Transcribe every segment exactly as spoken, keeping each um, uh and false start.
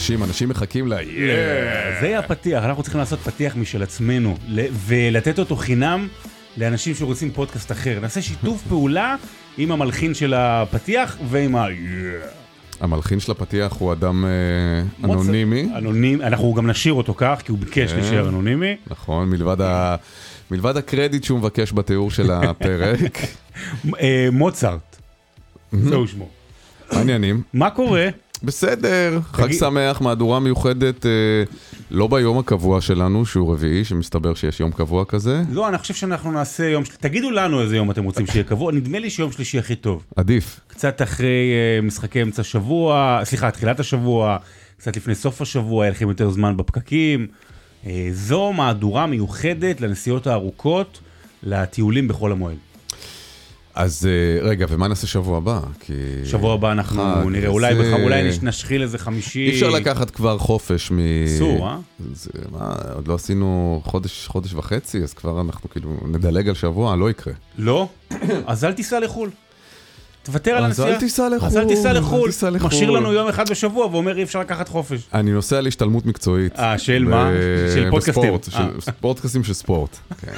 אנשים, אנשים מחכים לה. זה יהיה הפתיח, אנחנו צריכים לעשות פתיח משל עצמנו, ולתת אותו חינם לאנשים שרוצים פודקאסט אחר. נעשה שיתוף פעולה עם המלחין של הפתיח ועם ה... המלחין של הפתיח הוא אדם אנונימי. אנונימי, אנחנו גם נשאיר אותו כך, כי הוא ביקש להישאר אנונימי. נכון, מלבד ה... מלבד הקרדיט שהוא מבקש בתיאור של הפרק. מוצרט. זהו שמו. מעניינים. מה קורה? בסדר, חג שמח, מהדורה מיוחדת, לא ביום הקבוע שלנו, שהוא רביעי, שמסתבר שיש יום קבוע כזה. לא, אני חושב שאנחנו נעשה יום, תגידו לנו איזה יום אתם רוצים שיהיה קבוע, נדמה לי שיום שלישי הכי טוב. עדיף. קצת אחרי משחקי אמצע שבוע, סליחה, תחילת השבוע, קצת לפני סוף השבוע, היה לכם יותר זמן בפקקים. זו מהדורה מיוחדת לנסיעות הארוכות, לטיולים בכל המועד. אז רגע, ומה נעשה שבוע הבא? כי... שבוע הבא אנחנו נראה, אולי, זה... אולי נשחיל איזה חמישי... אי אפשר לקחת כבר חופש מ... אסור, אה? זה, מה, עוד לא עשינו חודש, חודש וחצי, אז כבר אנחנו כאילו נדלג על שבוע, לא יקרה. לא? אז אל תיסע לחול. תוותר על הנסיעה. אז אל תיסע לחול. אז אל תיסע לחול. משאיר לנו יום אחד בשבוע ואומר אי אפשר לקחת חופש. אני נוסע להשתלמות מקצועית. אה, של מה? של פודקאסטים. של פודקאסטים של ספורט.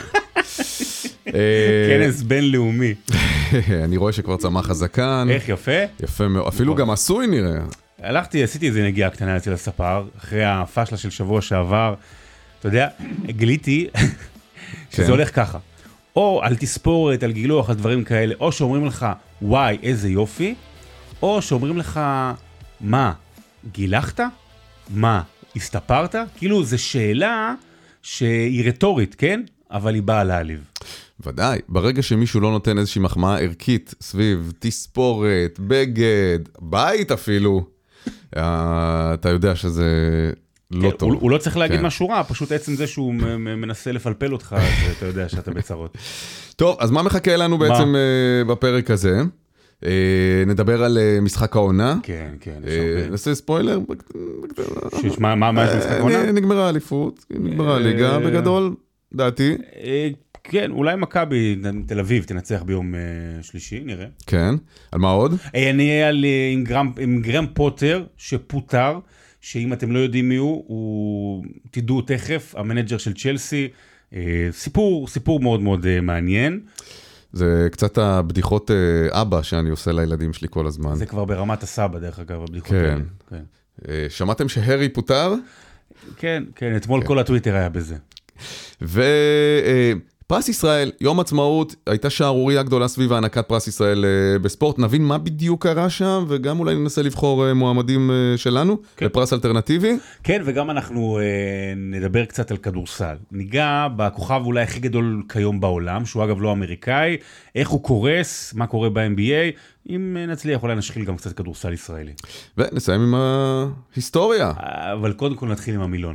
כנס בינלאומי. אני רואה שכבר צמח הזקן. איך, יפה? יפה מאוד. אפילו גם עשוי נראה. הלכתי, עשיתי איזה נגיעה קטנה אצל הספר, אחרי הפשלה של שבוע שעבר. אתה יודע, גיליתי שזה הולך ככה. או על תספורת, על גילוח, על דברים כאלה, או שאומרים לך, וואי, איזה יופי, או שאומרים לך, מה, גילחת? מה, הסתפרת? כאילו, זו שאלה שהיא רטורית, כן? אבל היא באה להעליב. ודאי, ברגע שמישהו לא נותן איזושהי מחמאה ערכית סביב תספורת, בגד, בית אפילו, אתה יודע שזה לא טוב. הוא לא צריך להגיד משהו רע, פשוט עצם זה שהוא מנסה לפלפל אותך, אז אתה יודע שאתה בצרות. טוב, אז מה מחכה לנו בעצם בפרק הזה? נדבר על משחק העונה. כן, כן. נעשה ספוילר. מה יש משחק העונה? נגמרה האליפות, נגמרה הליגה בגדול, דעתי. כן, אולי מכבי תל אביב תנצח ביום שלישי, נראה. כן, על מה עוד? אני אהיה עם גרם פוטר שפוטר, שאם אתם לא יודעים מי הוא, הוא תדעו תכף, המנג'ר של צ'לסי, סיפור, סיפור מאוד מאוד מעניין. זה קצת הבדיחות אבא שאני עושה לילדים שלי כל הזמן. זה כבר ברמת הסבא, דרך אגב, הבדיחות כן. האלה. כן. שמעתם שהרי פוטר? כן, כן, אתמול כל הטוויטר היה בזה. ו... פרס ישראל, יום עצמאות, הייתה שערוריה גדולה סביב הענקת פרס ישראל בספורט, נבין מה בדיוק קרה שם, וגם אולי ננסה לבחור מועמדים שלנו, כן. לפרס אלטרנטיבי. כן, וגם אנחנו אה, נדבר קצת על כדורסל. ניגע בכוכב אולי הכי גדול כיום בעולם, שהוא אגב לא אמריקאי, איך הוא קורס, מה קורה ב-אן בי איי, אם נצליח אולי נשחיל גם קצת כדורסל ישראלי. ונסיים עם ההיסטוריה. אבל קודם כל נתחיל עם המילון.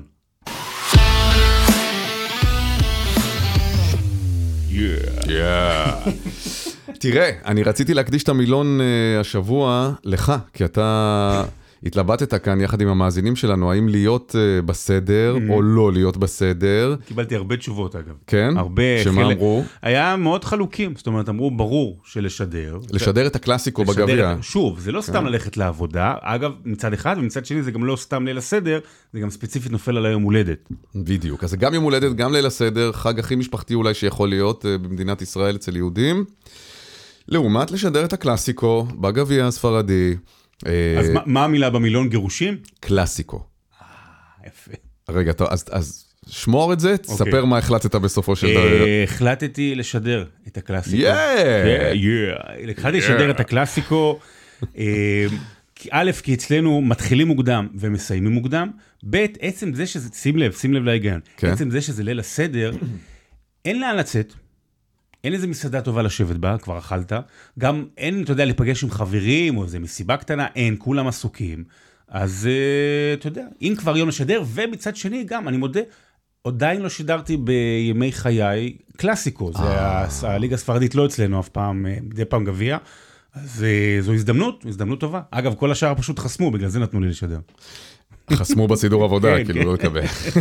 תראה, אני רציתי להקדיש את המילון השבוע לך, כי אתה התלבטת כאן יחד עם המאזינים שלנו, האם להיות בסדר או לא להיות בסדר. קיבלתי הרבה תשובות אגב. כן? הרבה. שמה אמרו? היה מאוד חלוקים, זאת אומרת, אמרו ברור שלשדר. לשדר את הקלאסיקו בגביע. שוב, זה לא סתם ללכת לעבודה, אגב, מצד אחד, ומצד שני זה גם לא סתם ליל הסדר, זה גם ספציפית נופל על היום הולדת. בדיוק, אז זה גם יום הולדת, גם ליל הסדר, חג הכי משפחתי אולי שיכול להיות במדינת ישראל אצל יהודים. לעומת לשדר את הקלאסיקו בגביע הספרדי. אז מה המילה במילון? גירושים? קלאסיקו. אה, יפה. רגע, אז שמור את זה, תספר מה החלטת בסופו של דבר. החלטתי לשדר את הקלאסיקו. כן, כן. החלטתי לשדר את הקלאסיקו. א', כי אצלנו מתחילים מוקדם ומסיימים מוקדם. ב', עצם זה שזה, שים לב, שים לב להיגיון. עצם זה שזה ליל הסדר, אין לאן לצאת. אין איזה מסעדה טובה לשבת בה, כבר אכלת. גם אין, אתה יודע, להיפגש עם חברים, או איזה מסיבה קטנה, אין, כולם עסוקים. אז, אתה יודע, אם כבר יום לשדר, ומצד שני גם, אני מודה, עדיין לא שידרתי בימי חיי קלאסיקו. זה הליגה הספרדית לא אצלנו אף פעם, מדי פעם גביע. אז זו הזדמנות, הזדמנות טובה. אגב, כל השאר פשוט חסמו, בגלל זה נתנו לי לשדר. חסמו בסידור עבודה, כאילו לא לקבל.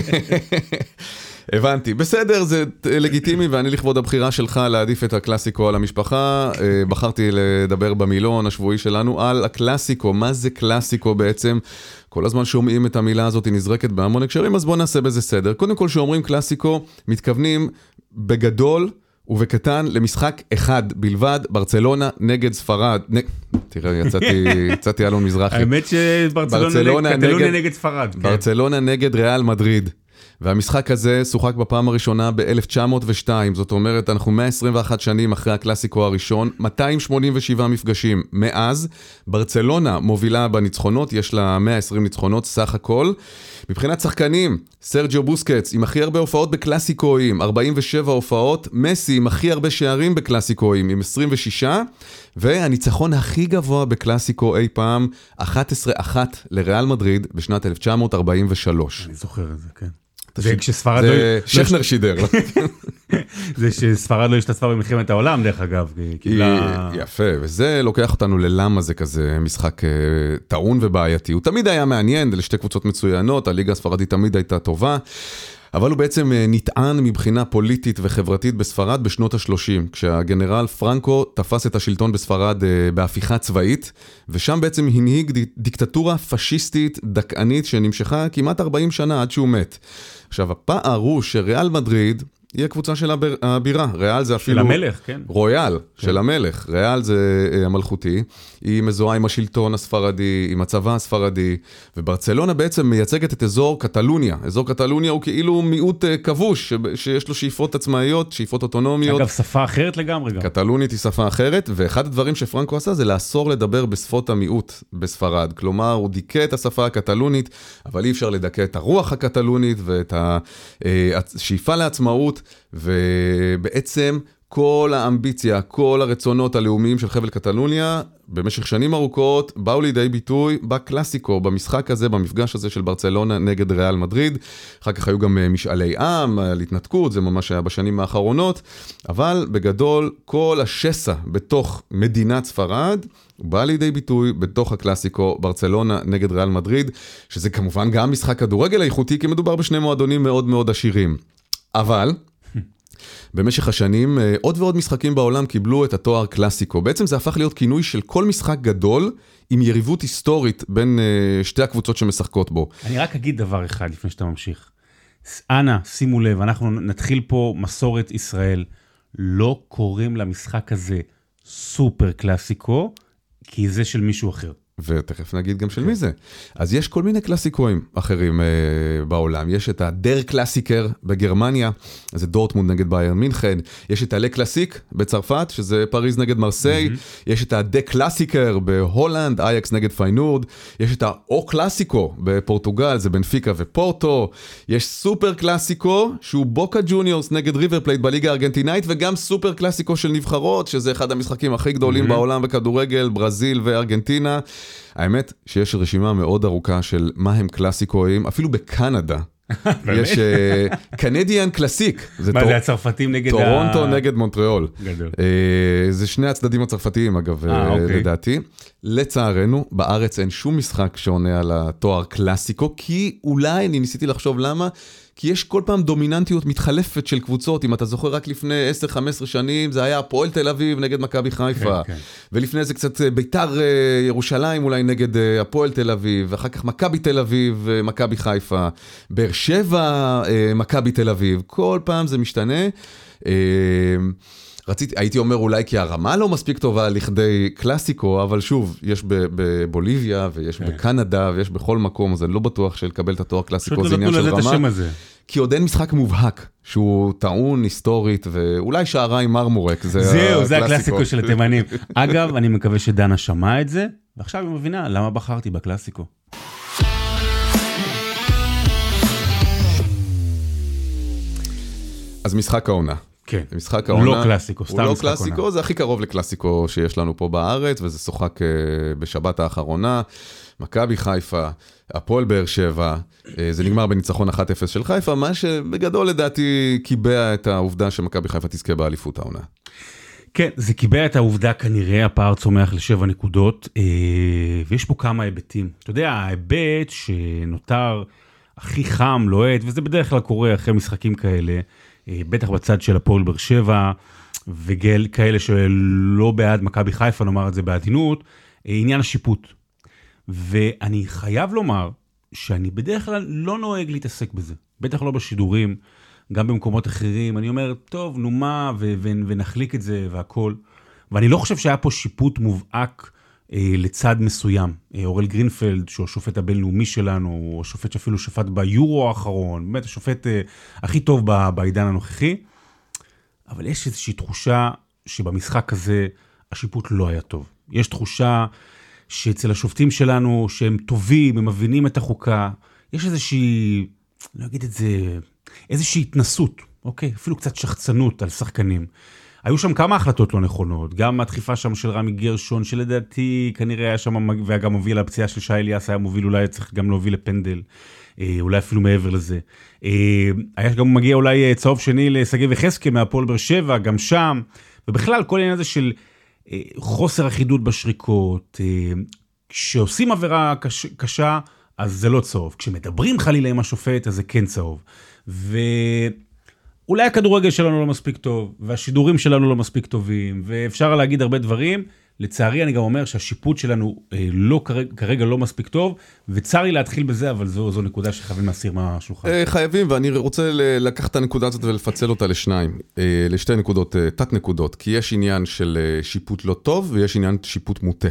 הבנתי, בסדר, זה לגיטימי, ואני לכבוד הבחירה שלך להעדיף את הקלאסיקו על המשפחה. בחרתי לדבר במילון השבועי שלנו על הקלאסיקו. מה זה קלאסיקו בעצם? כל הזמן שומעים את המילה הזאת, היא נזרקת בהמון הקשרים, אז בואו נעשה בזה סדר. קודם כל, שאומרים קלאסיקו, מתכוונים בגדול ובקטן למשחק אחד בלבד, ברצלונה נגד ספרד. נ... תראה, יצאתי, יצאתי אלון מזרחי. האמת שברצלונה נגד, נגד ספרד. ברצלונה כן. נגד ריאל מדריד. והמשחק הזה שוחק בפעם הראשונה ב-אלף תשע מאות ושתיים, זאת אומרת, אנחנו מאה עשרים ואחת שנים אחרי הקלאסיקו הראשון, מאתיים שמונים ושבעה מפגשים מאז, ברצלונה מובילה בניצחונות, יש לה מאה ועשרים ניצחונות סך הכל. מבחינת שחקנים, סרג'יו בוסקץ עם הכי הרבה הופעות בקלאסיקואים, ארבעים ושבע הופעות, מסי עם הכי הרבה שערים בקלאסיקואים, עם עשרים ושש, והניצחון הכי גבוה בקלאסיקו אי פעם, אחת עשרה אחת לריאל מדריד בשנת אלף תשע מאות ארבעים ושלוש. אני זוכר את זה, כן. זה כשספרד לא... זה שכנר שידר. זה שספרד לא השתתפה במלחמת העולם, דרך אגב. יפה, וזה לוקח אותנו ללמה זה כזה משחק טעון ובעייתי. הוא תמיד היה מעניין, לשתי קבוצות מצוינות, הליגה הספרדית תמיד הייתה טובה, אבל הוא בעצם נטען מבחינה פוליטית וחברתית בספרד בשנות ה-שלושים, כשהגנרל פרנקו תפס את השלטון בספרד בהפיכה צבאית, ושם בעצם הנהיג דיקטטורה פשיסטית דכאנית שנמשכה כמעט ארבעים שנה עד שהוא מת. עכשיו, הפער הוא שריאל מדריד היא הקבוצה של הבירה, ריאל זה אפילו... של המלך, כן. רויאל, כן. של המלך, ריאל זה המלכותי, היא מזוהה עם השלטון הספרדי, עם הצבא הספרדי, וברצלונה בעצם מייצגת את אזור קטלוניה. אזור קטלוניה הוא כאילו מיעוט כבוש, שיש לו שאיפות עצמאיות, שאיפות אוטונומיות. אגב, שפה אחרת לגמרי גם. קטלונית היא שפה אחרת, ואחד הדברים שפרנקו עשה זה לאסור לדבר בשפות המיעוט בספרד. כלומר, הוא דיכא את השפה הקטלונית, אבל אי אפשר לדכא את הרוח הקטלונית ואת השאיפה לעצמאות, ובעצם כל האמביציה, כל הרצונות הלאומיים של חבל קטלוניה, במשך שנים ארוכות, באו לידי ביטוי בקלאסיקו, במשחק הזה, במפגש הזה של ברצלונה נגד ריאל מדריד. אחר כך היו גם משאלי עם, על התנתקות, זה ממש היה בשנים האחרונות, אבל בגדול, כל השסע בתוך מדינת ספרד, בא לידי ביטוי בתוך הקלאסיקו, ברצלונה נגד ריאל מדריד, שזה כמובן גם משחק כדורגל איכותי, כי מדובר בשני מועדונים מאוד מאוד עשירים. אבל במשך השנים, עוד ועוד משחקים בעולם קיבלו את התואר קלאסיקו. בעצם זה הפך להיות כינוי של כל משחק גדול, עם יריבות היסטורית בין שתי הקבוצות שמשחקות בו. אני רק אגיד דבר אחד לפני שאתה ממשיך. אנא, שימו לב, אנחנו נתחיל פה מסורת ישראל. לא קוראים למשחק הזה סופר קלאסיקו, כי זה של מישהו אחר. ותכף נגיד גם של מי זה. אז יש כל מיני קלאסיקויים אחרים אה, בעולם. יש את הדר קלאסיקר בגרמניה, זה דורטמונד נגד ביירן מינכן. יש את הלה קלאסיק בצרפת, שזה פריז נגד מרסיי. Mm-hmm. יש את הדה קלאסיקר בהולנד, אייקס נגד פיינורד. יש את האו קלאסיקו בפורטוגל, זה בנפיקה ופורטו. יש סופר קלאסיקו, שהוא בוקה ג'וניורס נגד ריבר פלייט בליגה הארגנטינאית, וגם סופר קלאסיקו של נבחרות, שזה אחד המשחקים הכי גדולים mm-hmm. בעולם בכדורגל, ברזיל וארגנטינה. האמת שיש רשימה מאוד ארוכה של מה הם קלאסיקויים, אפילו בקנדה. יש קנדיאן קלאסיק. מה זה הצרפתים נגד... טורונטו נגד מונטריאול. גדול. זה שני הצדדים הצרפתיים אגב, לדעתי. לצערנו, בארץ אין שום משחק שעונה על התואר קלאסיקו, כי אולי אני ניסיתי לחשוב למה, כי יש כל פעם דומיננטיות מתחלפת של קבוצות. אם אתה זוכר רק לפני עשר חמש עשרה שנים, זה היה הפועל תל אביב נגד מכבי חיפה. כן, כן. ולפני זה קצת ביתר ירושלים אולי נגד הפועל תל אביב, ואחר כך מכבי תל אביב, מכבי חיפה, באר שבע, מכבי תל אביב. כל פעם זה משתנה. רציתי, הייתי אומר אולי כי הרמה לא מספיק טובה לכדי קלאסיקו, אבל שוב, יש בבוליביה ויש בקנדה ויש בכל מקום, אז אני לא בטוח שלקבל את התואר קלאסיקו זה עניין של רמה, כי עוד אין משחק מובהק שהוא טעון היסטורית, ואולי שעריים מרמורק, זה זהו, זה הקלאסיקו של התימנים. אגב, אני מקווה שדנה שמעה את זה, ועכשיו היא מבינה למה בחרתי בקלאסיקו. אז משחק העונה. כן, משחק העונה, הוא לא קלאסיקו, סתם הוא משחק לא קלאסיקו, עונה. זה הכי קרוב לקלאסיקו שיש לנו פה בארץ, וזה שוחק בשבת האחרונה, מכבי חיפה, הפועל באר שבע, זה נגמר בניצחון אחת אפס של חיפה, מה שבגדול לדעתי קיבע את העובדה שמכבי חיפה תזכה באליפות העונה. כן, זה קיבע את העובדה, כנראה הפער צומח לשבע נקודות, ויש פה כמה היבטים. אתה יודע, ההיבט שנותר הכי חם, לוהט, וזה בדרך כלל קורה אחרי משחקים כאלה, בטח בצד של הפועל באר שבע, וכאלה שלא בעד מכבי חיפה, נאמר את זה בעדינות, עניין השיפוט. ואני חייב לומר שאני בדרך כלל לא נוהג להתעסק בזה, בטח לא בשידורים, גם במקומות אחרים. אני אומר, טוב, נו מה, ו- ו- ונחליק את זה והכל. ואני לא חושב שהיה פה שיפוט מובהק אה, לצד מסוים. אה, אורל גרינפלד, שהוא השופט הבינלאומי שלנו, הוא השופט שאפילו שפט ביורו האחרון, באמת השופט אה, הכי טוב ב- בעידן הנוכחי. אבל יש איזושהי תחושה שבמשחק הזה השיפוט לא היה טוב. יש תחושה שאצל השופטים שלנו, שהם טובים, הם מבינים את החוקה, יש איזושהי, לא אגיד את זה, איזושהי התנסות, אוקיי? אפילו קצת שחצנות על שחקנים. היו שם כמה החלטות לא נכונות, גם הדחיפה שם של רמי גרשון, שלדעתי כנראה היה שם, וגם מוביל לפציעה של שי אליאס, היה מוביל, אולי צריך גם להוביל לפנדל, אולי אפילו מעבר לזה. היה גם מגיע אולי צהוב שני לסגי וחסקה מהפועל באר שבע, גם שם, ובכלל כל העניין הזה של חוסר אחידות בשריקות, כשעושים עבירה קש, קשה, אז זה לא צהוב. כשמדברים חלילה עם השופט, אז זה כן צהוב. ואולי הכדורגל שלנו לא מספיק טוב, והשידורים שלנו לא מספיק טובים, ואפשר להגיד הרבה דברים. לצערי אני גם אומר שהשיפוט שלנו לא, כרגע לא מספיק טוב, וצר לי להתחיל בזה, אבל זו, זו נקודה שחייבים להסיר מהשולחן. חייבים, ואני רוצה לקחת את הנקודה הזאת ולפצל אותה לשניים, לשתי נקודות, תת נקודות, כי יש עניין של שיפוט לא טוב, ויש עניין שיפוט מוטה.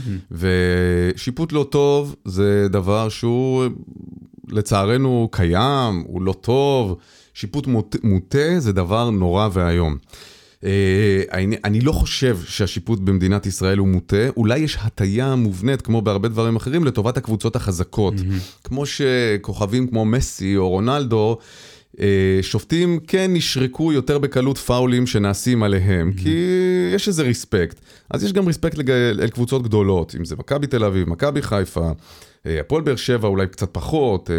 ושיפוט לא טוב זה דבר שהוא לצערנו קיים, הוא לא טוב. שיפוט מוטה זה דבר נורא והיום. אני, אני לא חושב שהשיפוט במדינת ישראל הוא מוטה, אולי יש הטיה מובנית כמו בהרבה דברים אחרים לטובת הקבוצות החזקות, mm-hmm. כמו שכוכבים כמו מסי או רונלדו, שופטים כן נשרקו יותר בקלות פאולים שנעשים עליהם, mm-hmm. כי יש איזה ריספקט, אז יש גם ריספקט אל קבוצות גדולות, אם זה מכבי תל אביב, מכבי חיפה, הפועל באר שבע אולי קצת פחות,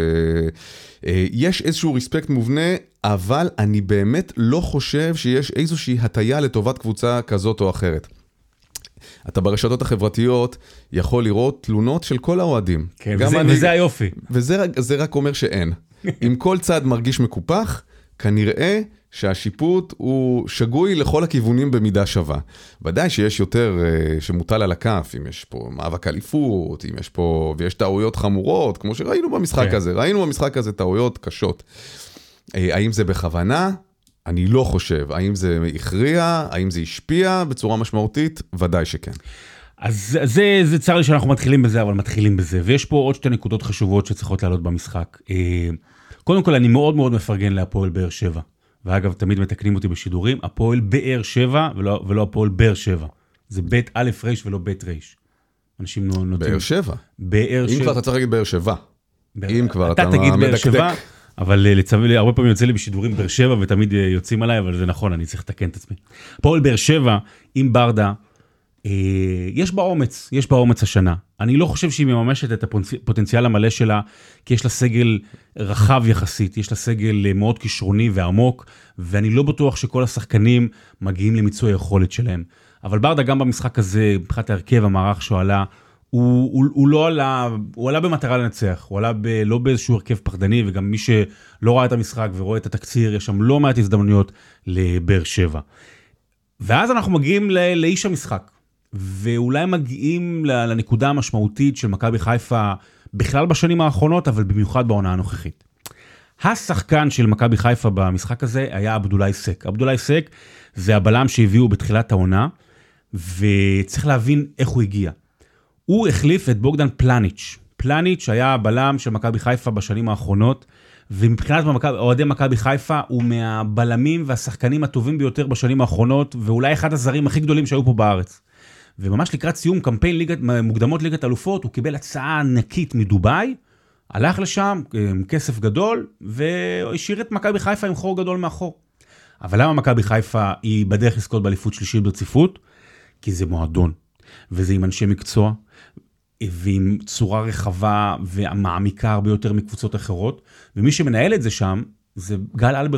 יש איזשהו ריספקט מובנה, אבל אני באמת לא חושב שיש איזושהי הטיה לטובת קבוצה כזאת או אחרת. אתה ברשתות החברתיות יכול לראות תלונות של כל האוהדים. כן, וזה, אני, וזה היופי. וזה זה רק אומר שאין. אם כל צד מרגיש מקופח, כנראה שהשיפוט הוא שגוי לכל הכיוונים במידה שווה. ודאי שיש יותר uh, שמוטל על הכף, אם יש פה מאבק אליפות, אם יש פה, ויש טעויות חמורות, כמו שראינו במשחק כן. הזה. ראינו במשחק הזה טעויות קשות. Uh, האם זה בכוונה? אני לא חושב. האם זה הכריע? האם זה השפיע בצורה משמעותית? ודאי שכן. אז זה, זה צר לי שאנחנו מתחילים בזה, אבל מתחילים בזה. ויש פה עוד שתי נקודות חשובות שצריכות לעלות במשחק. Uh, קודם כל, אני מאוד מאוד מפרגן להפועל באר שבע. ואגב, תמיד מתקנים אותי בשידורים, הפועל באר שבע, ולא, ולא הפועל באר שבע. זה בית א' ר' ולא בית ר'. אנשים נוטים... באר שבע. באר שבע. אם כבר אתה צריך להגיד באר שבע. באר... אם כבר אתה, אתה תגיד באר שבע, אבל לצווי, הרבה פעמים יוצא לי בשידורים באר שבע, ותמיד יוצאים עליי, אבל זה נכון, אני צריך לתקן את עצמי. הפועל באר שבע, עם ברדה, יש בה אומץ, יש בה אומץ השנה. אני לא חושב שהיא מממשת את הפוטנציאל המלא שלה, כי יש לה סגל רחב יחסית, יש לה סגל מאוד כישרוני ועמוק, ואני לא בטוח שכל השחקנים מגיעים למיצוי היכולת שלהם. אבל ברדה גם במשחק הזה, מבחינת ההרכב, המערך שהוא עלה, הוא, הוא, הוא לא עלה, הוא עלה במטרה לנצח, הוא עלה ב, לא באיזשהו הרכב פחדני, וגם מי שלא ראה את המשחק ורואה את התקציר, יש שם לא מעט הזדמנויות לבאר שבע. ואז אנחנו מגיעים לא, לאיש המשחק. ואולי מגיעים לנקודה המשמעותית של מכבי חיפה בכלל בשנים האחרונות, אבל במיוחד בעונה הנוכחית. השחקן של מכבי חיפה במשחק הזה היה עבדולאי סק. עבדולאי סק זה הבלם שהביאו בתחילת העונה, וצריך להבין איך הוא הגיע. הוא החליף את בוגדן פלניץ'. פלניץ' היה הבלם של מכבי חיפה בשנים האחרונות, ומבחינת אוהדי מכבי חיפה הוא מהבלמים והשחקנים הטובים ביותר בשנים האחרונות, ואולי אחד הזרים הכי גדולים שהיו פה בארץ. וממש לקראת סיום קמפיין ליגת, מוקדמות ליגת אלופות, הוא קיבל הצעה ענקית מדובאי, הלך לשם עם כסף גדול, והשאיר את מכבי חיפה עם חור גדול מאחור. אבל למה מכבי חיפה היא בדרך לזכות באליפות שלישית ברציפות? כי זה מועדון, וזה עם אנשי מקצוע, ועם צורה רחבה ומעמיקה הרבה יותר מקבוצות אחרות, ומי שמנהל את זה שם, זה גל אלברמן.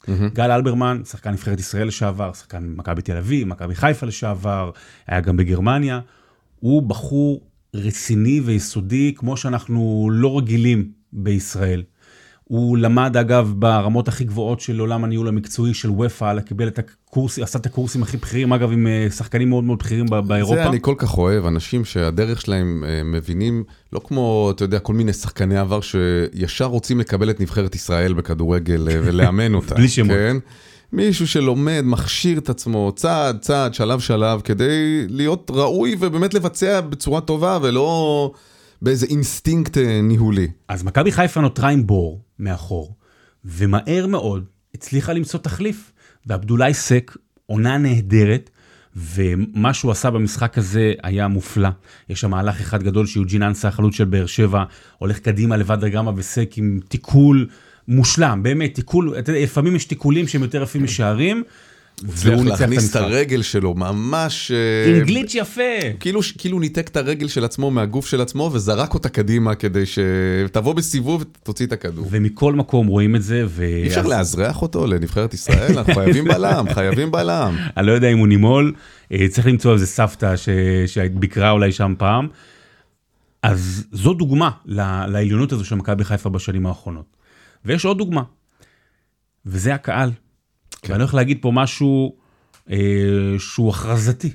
גל אלברמן, שחקן נבחרת ישראל לשעבר, שחקן מכבי תל אביב, מכבי חיפה לשעבר, היה גם בגרמניה, הוא בחור רציני ויסודי, כמו שאנחנו לא רגילים בישראל. הוא למד אגב ברמות הכי גבוהות של עולם הניהול המקצועי של ופא, קיבל את הקורס, עשה את הקורסים הכי בכירים, אגב עם שחקנים מאוד מאוד בכירים באירופה. זה אני כל כך אוהב, אנשים שהדרך שלהם מבינים, לא כמו, אתה יודע, כל מיני שחקני עבר שישר רוצים לקבל את נבחרת ישראל בכדורגל ולאמן אותה. בלי שמות. כן? מישהו שלומד, מכשיר את עצמו, צעד, צעד, שלב, שלב, כדי להיות ראוי ובאמת לבצע בצורה טובה ולא באיזה אינסטינקט ניהולי. אז מכבי חיפה נותרה עם בור מאחור, ומהר מאוד הצליחה למצוא תחליף, ועבדולאי סק עונה נהדרת, ומה שהוא עשה במשחק הזה היה מופלא. יש שם מהלך אחד גדול שיוג'ין אנסה, החלוץ של באר שבע, הולך קדימה לבד רגמה וסק עם תיקול מושלם, באמת תיקול, לפעמים יש תיקולים שהם יותר יפים משערים, והוא להכניס את הרגל שלו, ממש... עם גליץ' יפה. כאילו, כאילו ניתק את הרגל של עצמו מהגוף של עצמו, וזרק אותה קדימה כדי שתבוא בסיבוב ותוציא את הכדור. ומכל מקום רואים את זה, ו... אי אפשר להזרח אותו לנבחרת ישראל, אנחנו חייבים בלם, חייבים בלם. אני לא יודע אם הוא נימול, צריך למצוא איזה סבתא שביקרה אולי שם פעם. אז זו דוגמה לעליונות הזו של מכבי חיפה בשנים האחרונות. ויש עוד דוגמה, וזה הקהל. כן. ואני הולך להגיד פה משהו אה, שהוא הכרזתי.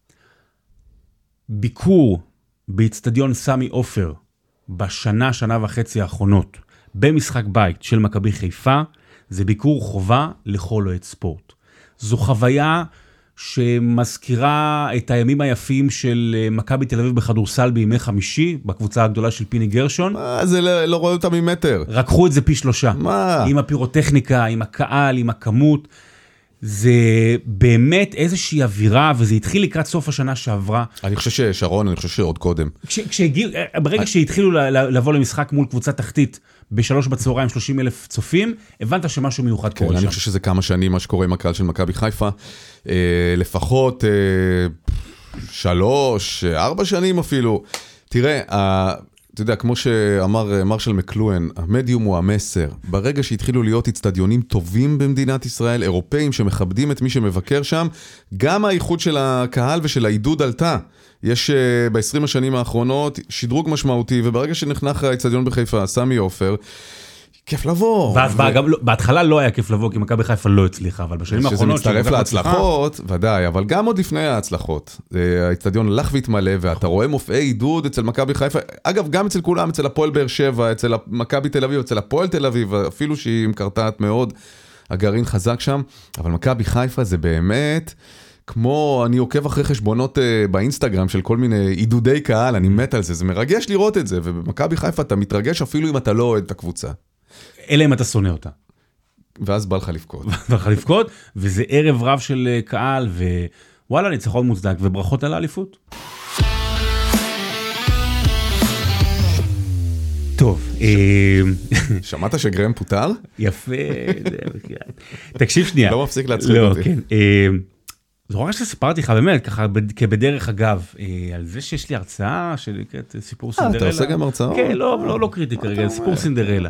ביקור באצטדיון סמי עופר בשנה, שנה וחצי האחרונות, במשחק בית של מכבי חיפה, זה ביקור חובה לכל אוהד ספורט. זו חוויה שמזכירה את הימים היפים של מכבי תל אביב בכדורסל בימי חמישי, בקבוצה הגדולה של פיני גרשון. מה, זה לא, לא רואה אותה ממטר. רקחו את זה פי שלושה. מה? עם הפירוטכניקה, עם הקהל, עם הכמות. זה באמת איזושהי אווירה, וזה התחיל לקראת סוף השנה שעברה. אני חושב ששרון, אני חושב שעוד קודם. כש, כשהגיע, ברגע שהתחילו לבוא למשחק מול קבוצה תחתית, בשלוש בצהריים, שלושים אלף צופים, הבנת שמשהו מיוחד כן, קורה שם. אני חושב שזה כמה שנים מה שקורה עם הקהל של מכבי חיפה. אה, לפחות אה, שלוש, ארבע שנים אפילו. תראה, אה, אתה יודע, כמו שאמר מרשל מקלואן, המדיום הוא המסר. ברגע שהתחילו להיות אצטדיונים טובים במדינת ישראל, אירופאים שמכבדים את מי שמבקר שם, גם האיכות של הקהל ושל העידוד עלתה. יש uh, ב-עשרים השנים האחרונות שדרוג משמעותי, וברגע שנחנך האצטדיון בחיפה, סמי עופר, כיף לבוא. ואז ו... גם, בהתחלה לא היה כיף לבוא, כי מכבי חיפה לא הצליחה, אבל בשנים האחרונות... שזה מצטרף להצלחות, ודאי, אבל גם עוד לפני ההצלחות. האצטדיון הלך והתמלא, ואתה רואה מופעי עידוד אצל מכבי חיפה, אגב, גם אצל כולם, אצל הפועל באר שבע, אצל מכבי תל אביב, אצל הפועל תל אביב, אפילו שהיא מקרטעת מאוד, הגרעין חזק שם, אבל מכבי חיפה זה באמת... כמו, אני עוקב אחרי חשבונות uh, באינסטגרם של כל מיני עידודי קהל, אני מת על זה, זה מרגש לראות את זה, ובמכבי חיפה אתה מתרגש אפילו אם אתה לא אוהד את הקבוצה. אלא אם אתה שונא אותה. ואז בא לך לבכות. בא לך לבכות, וזה ערב רב של קהל, ווואלה, ניצחון מוצדק, וברכות על האליפות. טוב. שמעת שגרם פוטר? יפה. תקשיב שנייה. לא מפסיק להצחיק אותי. לא, כן. זו רק שסיפרתי לך באמת, ככה כבדרך אגב, על זה שיש לי הרצאה שנקראת סיפור סינדרלה. אתה עושה גם הרצאות? כן, לא, לא קריטי כרגע, סיפור סינדרלה.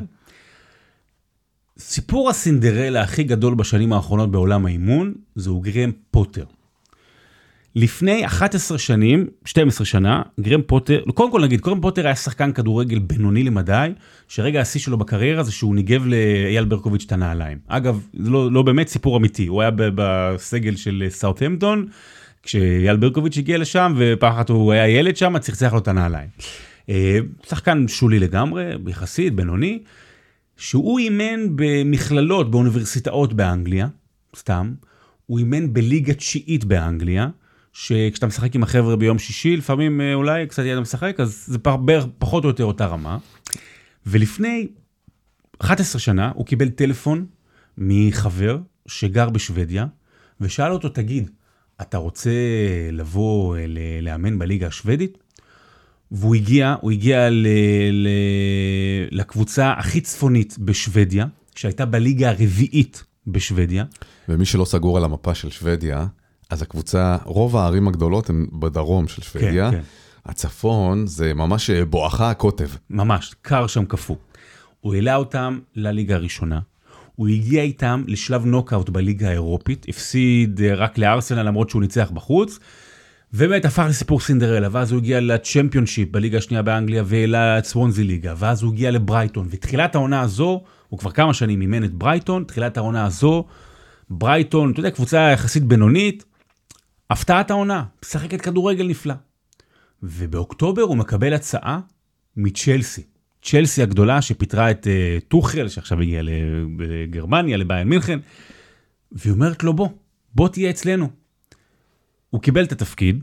סיפור הסינדרלה הכי גדול בשנים האחרונות בעולם האימון, זהו גרם פוטר. לפני אחת עשרה שנים, שתים עשרה שנה, גרם פוטר, קודם כל נגיד, גרם פוטר היה שחקן כדורגל בינוני למדי, שרגע השיא שלו בקריירה זה שהוא ניגב לאייל ברקוביץ' את הנעליים. אגב, זה לא, לא באמת סיפור אמיתי, הוא היה בסגל של סאות'המפטון, כשאייל ברקוביץ' הגיע לשם, ופעם אחת הוא היה ילד שם, צחצח לו את הנעליים. שחקן שולי לגמרי, יחסית, בינוני, שהוא אימן במכללות, באוניברסיטאות באנגליה, סתם, הוא אימן בליגה תשיעית באנגליה, שכשאתה משחק עם החבר'ה ביום שישי, לפעמים אולי קצת ידע משחק, אז זה פחות או יותר אותה רמה. ולפני אחת עשרה שנה, הוא קיבל טלפון מחבר שגר בשוודיה, ושאל אותו, תגיד, אתה רוצה לבוא לאמן בליגה השוודית? והוא הגיע, הוא הגיע ל, ל, לקבוצה הכי צפונית בשוודיה, שהייתה בליגה הרביעית בשוודיה. ומי שלא סגור על המפה של שוודיה, אז הקבוצה, רוב הערים הגדולות הן בדרום של שוודיה. כן, כן. הצפון זה ממש בואכה הקוטב. ממש, קר שם קפוא. הוא העלה אותם לליגה הראשונה. הוא הגיע איתם לשלב נוקאוט בליגה האירופית, הפסיד רק לארסנל למרות שהוא ניצח בחוץ, ובאמת הפך לסיפור סינדרלה, ואז הוא הגיע לצ'מפיונשיפ בליגה השנייה באנגליה ולסוונזי ליגה, ואז הוא הגיע לברייטון, ותחילת העונה הזו, הוא כבר כמה שנים אימן את ברייטון, תחילת העונה הזו, ברייטון, אתה יודע, קבוצה יחסית בינונית, הפתעת העונה, משחקת כדורגל נפלא. ובאוקטובר הוא מקבל הצעה מצ'לסי. צ'לסי הגדולה שפיתרה את uh, טוחל, שעכשיו הגיע לגרמניה, לביירן מינכן, והיא אומרת לו, בוא, בוא תהיה אצלנו. הוא קיבל את התפקיד,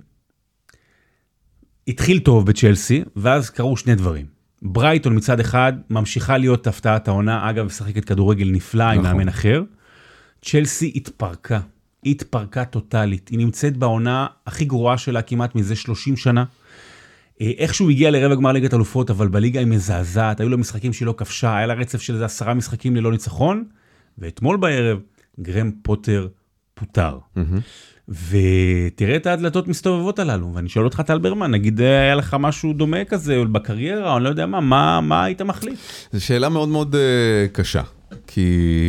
התחיל טוב בצ'לסי, ואז קרו שני דברים. ברייטון מצד אחד ממשיכה להיות הפתעת העונה, אגב, משחקת כדורגל נפלא עם מאמן אחר. צ'לסי התפרקה, התפרקה טוטלית. היא נמצאת בעונה הכי גרועה שלה כמעט מזה שלושים שנה. איכשהו הגיע לרבע גמר ליגת אלופות, אבל בליגה היא מזעזעת, היו לו משחקים שהיא לא כבשה, היה לה רצף של איזה עשרה משחקים ללא ניצחון, ואתמול בערב גרם פוטר פוטר. ותראה את ההדלתות מסתובבות הללו, ואני שואל אותך טל ברמן, נגיד היה לך משהו דומה כזה בקריירה, או אני לא יודע מה, מה, מה היית מחליט? זו שאלה מאוד מאוד uh, קשה, כי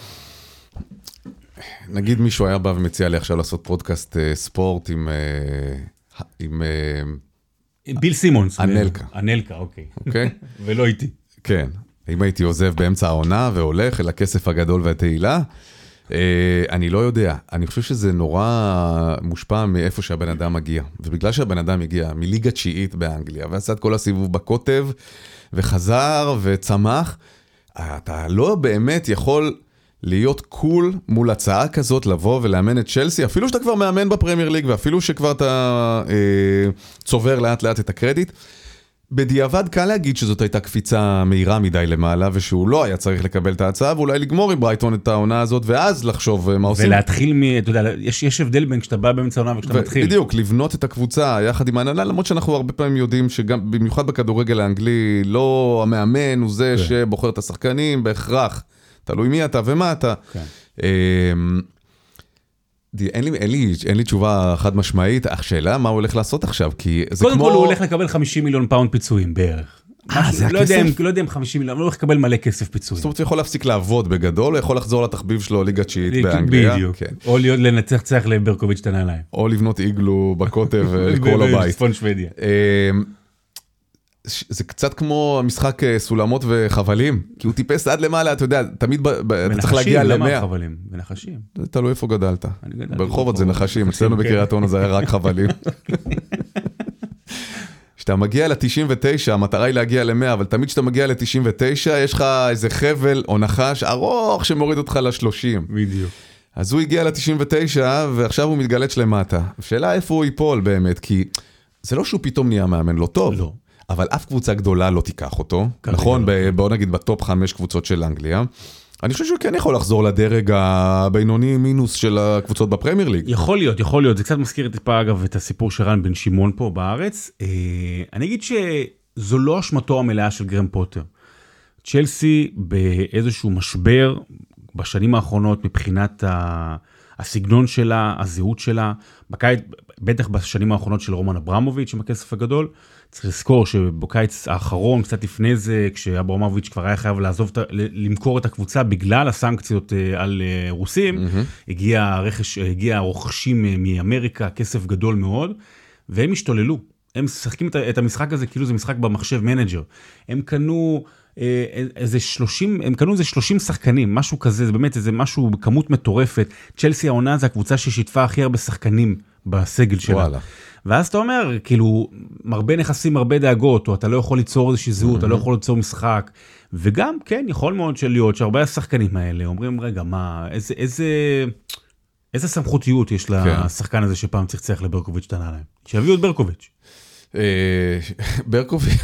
נגיד מישהו היה בא ומציע לי עכשיו לעשות פודקאסט uh, ספורט עם... Uh, עם uh, ביל סימונס. אנלקה. אנלקה, אוקיי. אוקיי? ולא איתי. כן. אם הייתי עוזב באמצע העונה והולך אל הכסף הגדול והתהילה, אני לא יודע. אני חושב שזה נורא מושפע מאיפה שהבן אדם מגיע. ובגלל שהבן אדם הגיע מליגה תשיעית באנגליה, ועשה את כל הסיבוב בקוטב, וחזר וצמח, אתה לא באמת יכול להיות קול מול הצעה כזאת לבוא ולאמן את צ'לסי, אפילו שאתה כבר מאמן בפרמייר ליג, ואפילו שכבר אתה אה, צובר לאט לאט את הקרדיט. בדיעבד קל להגיד שזאת הייתה קפיצה מהירה מדי למעלה, ושהוא לא היה צריך לקבל את ההצעה, ואולי לגמור עם ברייטון את העונה הזאת, ואז לחשוב מה עושים. ולהתחיל מ... אתה יודע, יש, יש הבדל בין כשאתה בא באמצע העונה וכשאתה מתחיל. בדיוק, לבנות את הקבוצה יחד עם ההנהלה, למרות שאנחנו הרבה פעמים יודעים שגם, במיוחד בכדורגל האנגלי, לא המאמן הוא זה שבוחר את השחקנים, בהכרח. תלוי מי אתה ומה אתה. אין לי, אין לי, אין לי תשובה חד משמעית, אך שאלה מה הוא הולך לעשות עכשיו, כי זה קודם כמו... כל הוא הולך לקבל חמישים מיליון פאונד פיצויים בערך. אה, זה לא הכסף? יודע, לא יודע אם חמישים מיליון, הוא הולך לקבל מלא כסף פיצויים. זאת אומרת, הוא יכול להפסיק לעבוד בגדול, הוא יכול לחזור לתחביב שלו ליגה תשיעית באנגליה. בדיוק. או להיות לנצח צח לברקוביץ' את הנעליים. או לבנות איגלו בקוטב לקרוא לו בית. בצפון שוודיה. זה קצת כמו המשחק סולמות וחבלים, כי הוא טיפס עד למעלה, אתה יודע, תמיד אתה צריך להגיע למאה. למה חבלים? בנחשים. זה תלוי איפה גדלת. ברחובות זה נחשים, אצלנו בקריית אונו זה היה רק חבלים. כשאתה מגיע ל-תשעים ותשע, המטרה היא להגיע ל-מאה, אבל תמיד כשאתה מגיע ל-תשעים ותשע, יש לך איזה חבל או נחש ארוך שמוריד אותך ל-שלושים. בדיוק. אז הוא הגיע ל-תשעים ותשע, ועכשיו הוא מתגלץ למטה. השאלה איפה הוא ייפול באמת, כי זה לא שהוא פתאום נהיה מאמן לא טוב. לא. אבל אף קבוצה גדולה לא תיקח אותו, נכון? בואו נגיד בטופ חמש קבוצות של אנגליה. אני חושב שהוא כן יכול לחזור לדרג הבינוני מינוס של הקבוצות בפרמייר ליג. יכול להיות, יכול להיות. זה קצת מזכיר טיפה אגב את הסיפור של רן בן שמעון פה בארץ. אני אגיד שזו לא אשמתו המלאה של גרם פוטר. צ'לסי באיזשהו משבר בשנים האחרונות מבחינת הסגנון שלה, הזהות שלה, בקיץ, בטח בשנים האחרונות של רומן אברמוביץ' עם הכסף הגדול. צריך לזכור שבקיץ האחרון, קצת לפני זה, כשאברמוביץ' כבר היה חייב לעזוב, למכור את הקבוצה בגלל הסנקציות על רוסים, mm-hmm. הגיע רכש, הגיע רוכשים מאמריקה, כסף גדול מאוד, והם השתוללו. הם משחקים את המשחק הזה כאילו זה משחק במחשב מנג'ר. הם קנו איזה שלושים, הם קנו איזה שלושים שחקנים, משהו כזה, זה באמת איזה משהו, כמות מטורפת. צ'לסי העונה זה הקבוצה ששיתפה הכי הרבה שחקנים בסגל שלה. וואלה. ואז אתה אומר, כאילו, מרבה נכסים, מרבה דאגות, או אתה לא יכול ליצור איזושהי זהות, אתה לא יכול ליצור משחק, וגם, כן, יכול מאוד להיות שהרבה השחקנים האלה אומרים, רגע, מה, איזה, איזה, איזה סמכותיות יש לשחקן הזה שפעם צריך צריך לברקוביץ' תנה להם? שיביאו את ברקוביץ'. ברקוביץ',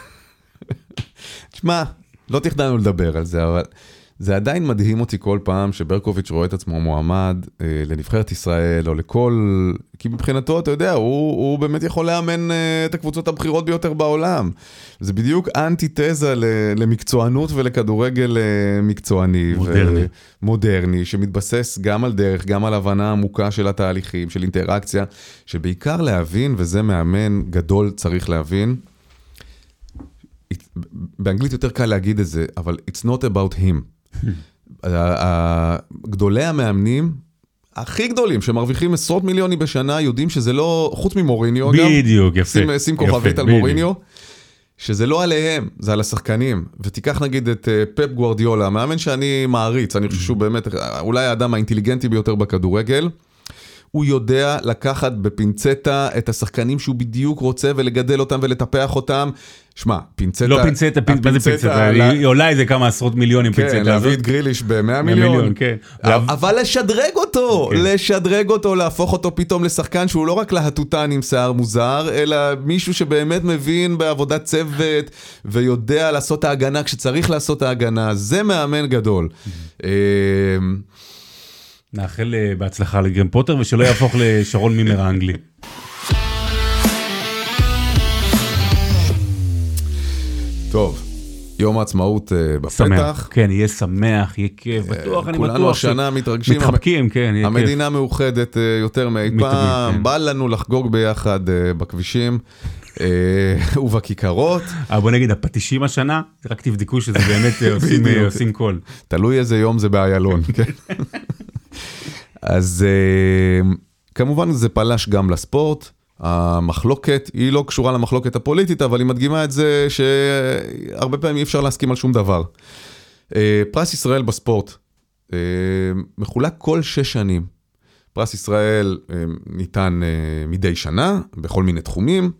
תשמע, לא תכננו לדבר על זה, אבל זה עדיין מדהים אותי כל פעם שברקוביץ' רואה את עצמו מועמד אה, לנבחרת ישראל, או לכל... כי מבחינתו, אתה יודע, הוא, הוא באמת יכול לאמן אה, את הקבוצות הבחירות ביותר בעולם. זה בדיוק אנטיתזה למקצוענות ולכדורגל אה, מקצועני. מודרני. מודרני, שמתבסס גם על דרך, גם על הבנה עמוקה של התהליכים, של אינטראקציה, שבעיקר להבין, וזה מאמן גדול צריך להבין, באנגלית יותר קל להגיד את זה, אבל it's not about him. גדולי המאמנים, הכי גדולים, שמרוויחים עשרות מיליונים בשנה, יודעים שזה לא, חוץ ממוריניו, בדיוק, יפה. שים, שים כוכבית על מוריניו, שזה לא עליהם, זה על השחקנים. ותיקח נגיד את פפ גוארדיולה, המאמן שאני מעריץ, אני חושב שהוא באמת, אולי האדם האינטליגנטי ביותר בכדורגל, הוא יודע לקחת בפינצטה את השחקנים שהוא בדיוק רוצה ולגדל אותם ולטפח אותם. שמע, פינצטה... לא פינצטה, מה זה פינצטה? היא עולה איזה כמה עשרות מיליונים פינצטה. כן, להביא את גריליש ב-מאה מיליון. כן. אבל לשדרג אותו, לשדרג אותו, להפוך אותו פתאום לשחקן שהוא לא רק להטוטן עם שיער מוזר, אלא מישהו שבאמת מבין בעבודת צוות ויודע לעשות ההגנה כשצריך לעשות ההגנה. זה מאמן גדול. נאחל בהצלחה לגרם פוטר, ושלא יהפוך לשרון מימר האנגלי. טוב, יום העצמאות בפתח. כן, יהיה שמח, יהיה כיף, בטוח, אני בטוח. כולנו השנה מתרגשים. מתחבקים, כן, יהיה כיף. המדינה מאוחדת יותר מאי פעם, בא לנו לחגוג ביחד בכבישים ובכיכרות. בוא נגיד, הפטישים השנה, רק תבדקו שזה באמת עושים קול. תלוי איזה יום זה באיילון, כן? אז כמובן זה פלש גם לספורט, המחלוקת היא לא קשורה למחלוקת הפוליטית, אבל היא מדגימה את זה שהרבה פעמים אי אפשר להסכים על שום דבר. פרס ישראל בספורט מחולק כל שש שנים. פרס ישראל ניתן מדי שנה בכל מיני תחומים.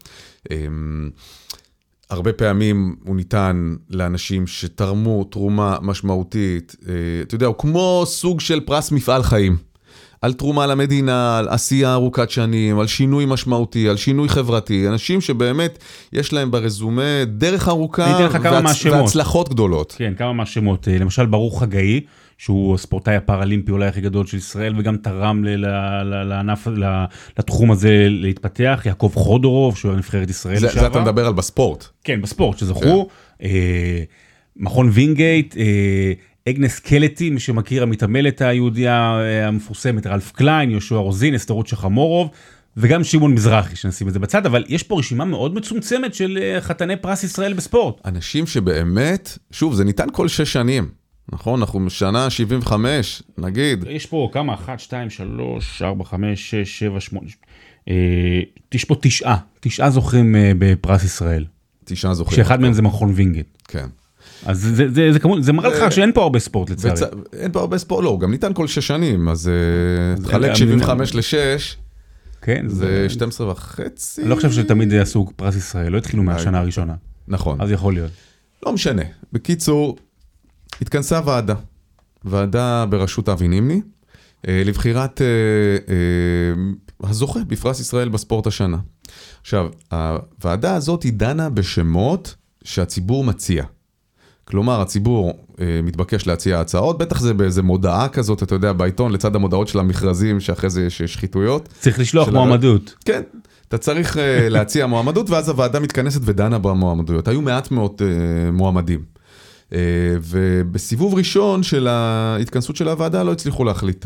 הרבה פעמים הוא ניתן לאנשים שתרמו תרומה משמעותית, אתה יודע, הוא כמו סוג של פרס מפעל חיים, על תרומה למדינה, על עשייה ארוכת שנים, על שינוי משמעותי, על שינוי חברתי, אנשים שבאמת יש להם ברזומה דרך ארוכה והצ... והצלחות גדולות. כן, כמה מהשמות, למשל ברוך חגאי, שהוא הספורטאי הפראלימפי אולי הכי גדול של ישראל, וגם תרם לענף, לתחום הזה להתפתח. יעקב חודורוב, שהוא נבחרת ישראל לשעבר. זה אתה מדבר על בספורט. כן, בספורט, שזכו. מכון וינגייט, אגנס קלטי, מי שמכיר, המתעמלת היהודיה המפורסמת, רלף קליין, יהושע רוזין, אסתר רות שחמורוב, וגם שמעון מזרחי, שנשים את זה בצד, אבל יש פה רשימה מאוד מצומצמת של חתני פרס ישראל בספורט. אנשים שבאמת, שוב, זה ניתן כל שש שנים. נכון, אנחנו בשנה שבעים וחמש, נגיד. יש פה כמה, אחת, שתיים, שלוש, ארבע, חמש, שש, שבע, שמונה. יש פה תשעה, תשעה זוכים בפרס ישראל. תשעה זוכים. שאחד מהם זה מכון וינגייט. כן. אז זה, זה, זה, כמובן, זה מראה לך שאין פה הרבה ספורט לצערי. וצ... אין פה הרבה ספורט, לא, גם ניתן כל שש שנים, אז תחלק שבעים וחמש לשש, כן, זה שתים עשרה וחצי. אני לא חושב שתמיד יעשו פרס ישראל, לא התחילו מהשנה הראשונה. נכון. אז יכול להיות. לא משנה. בקיצור, התכנסה ועדה, ועדה בראשות אבי נימני, לבחירת הזוכה בפרס ישראל בספורט השנה. עכשיו, הוועדה הזאת היא דנה בשמות שהציבור מציע. כלומר, הציבור מתבקש להציע הצעות, בטח זה באיזה מודעה כזאת, אתה יודע, בעיתון, לצד המודעות של המכרזים, שאחרי זה יש שחיתויות. צריך לשלוח מועמדות. כן, אתה צריך להציע מועמדות, ואז הוועדה מתכנסת ודנה במועמדויות. היו מעט מאוד מועמדים. ובסיבוב ראשון של ההתכנסות של הוועדה לא הצליחו להחליט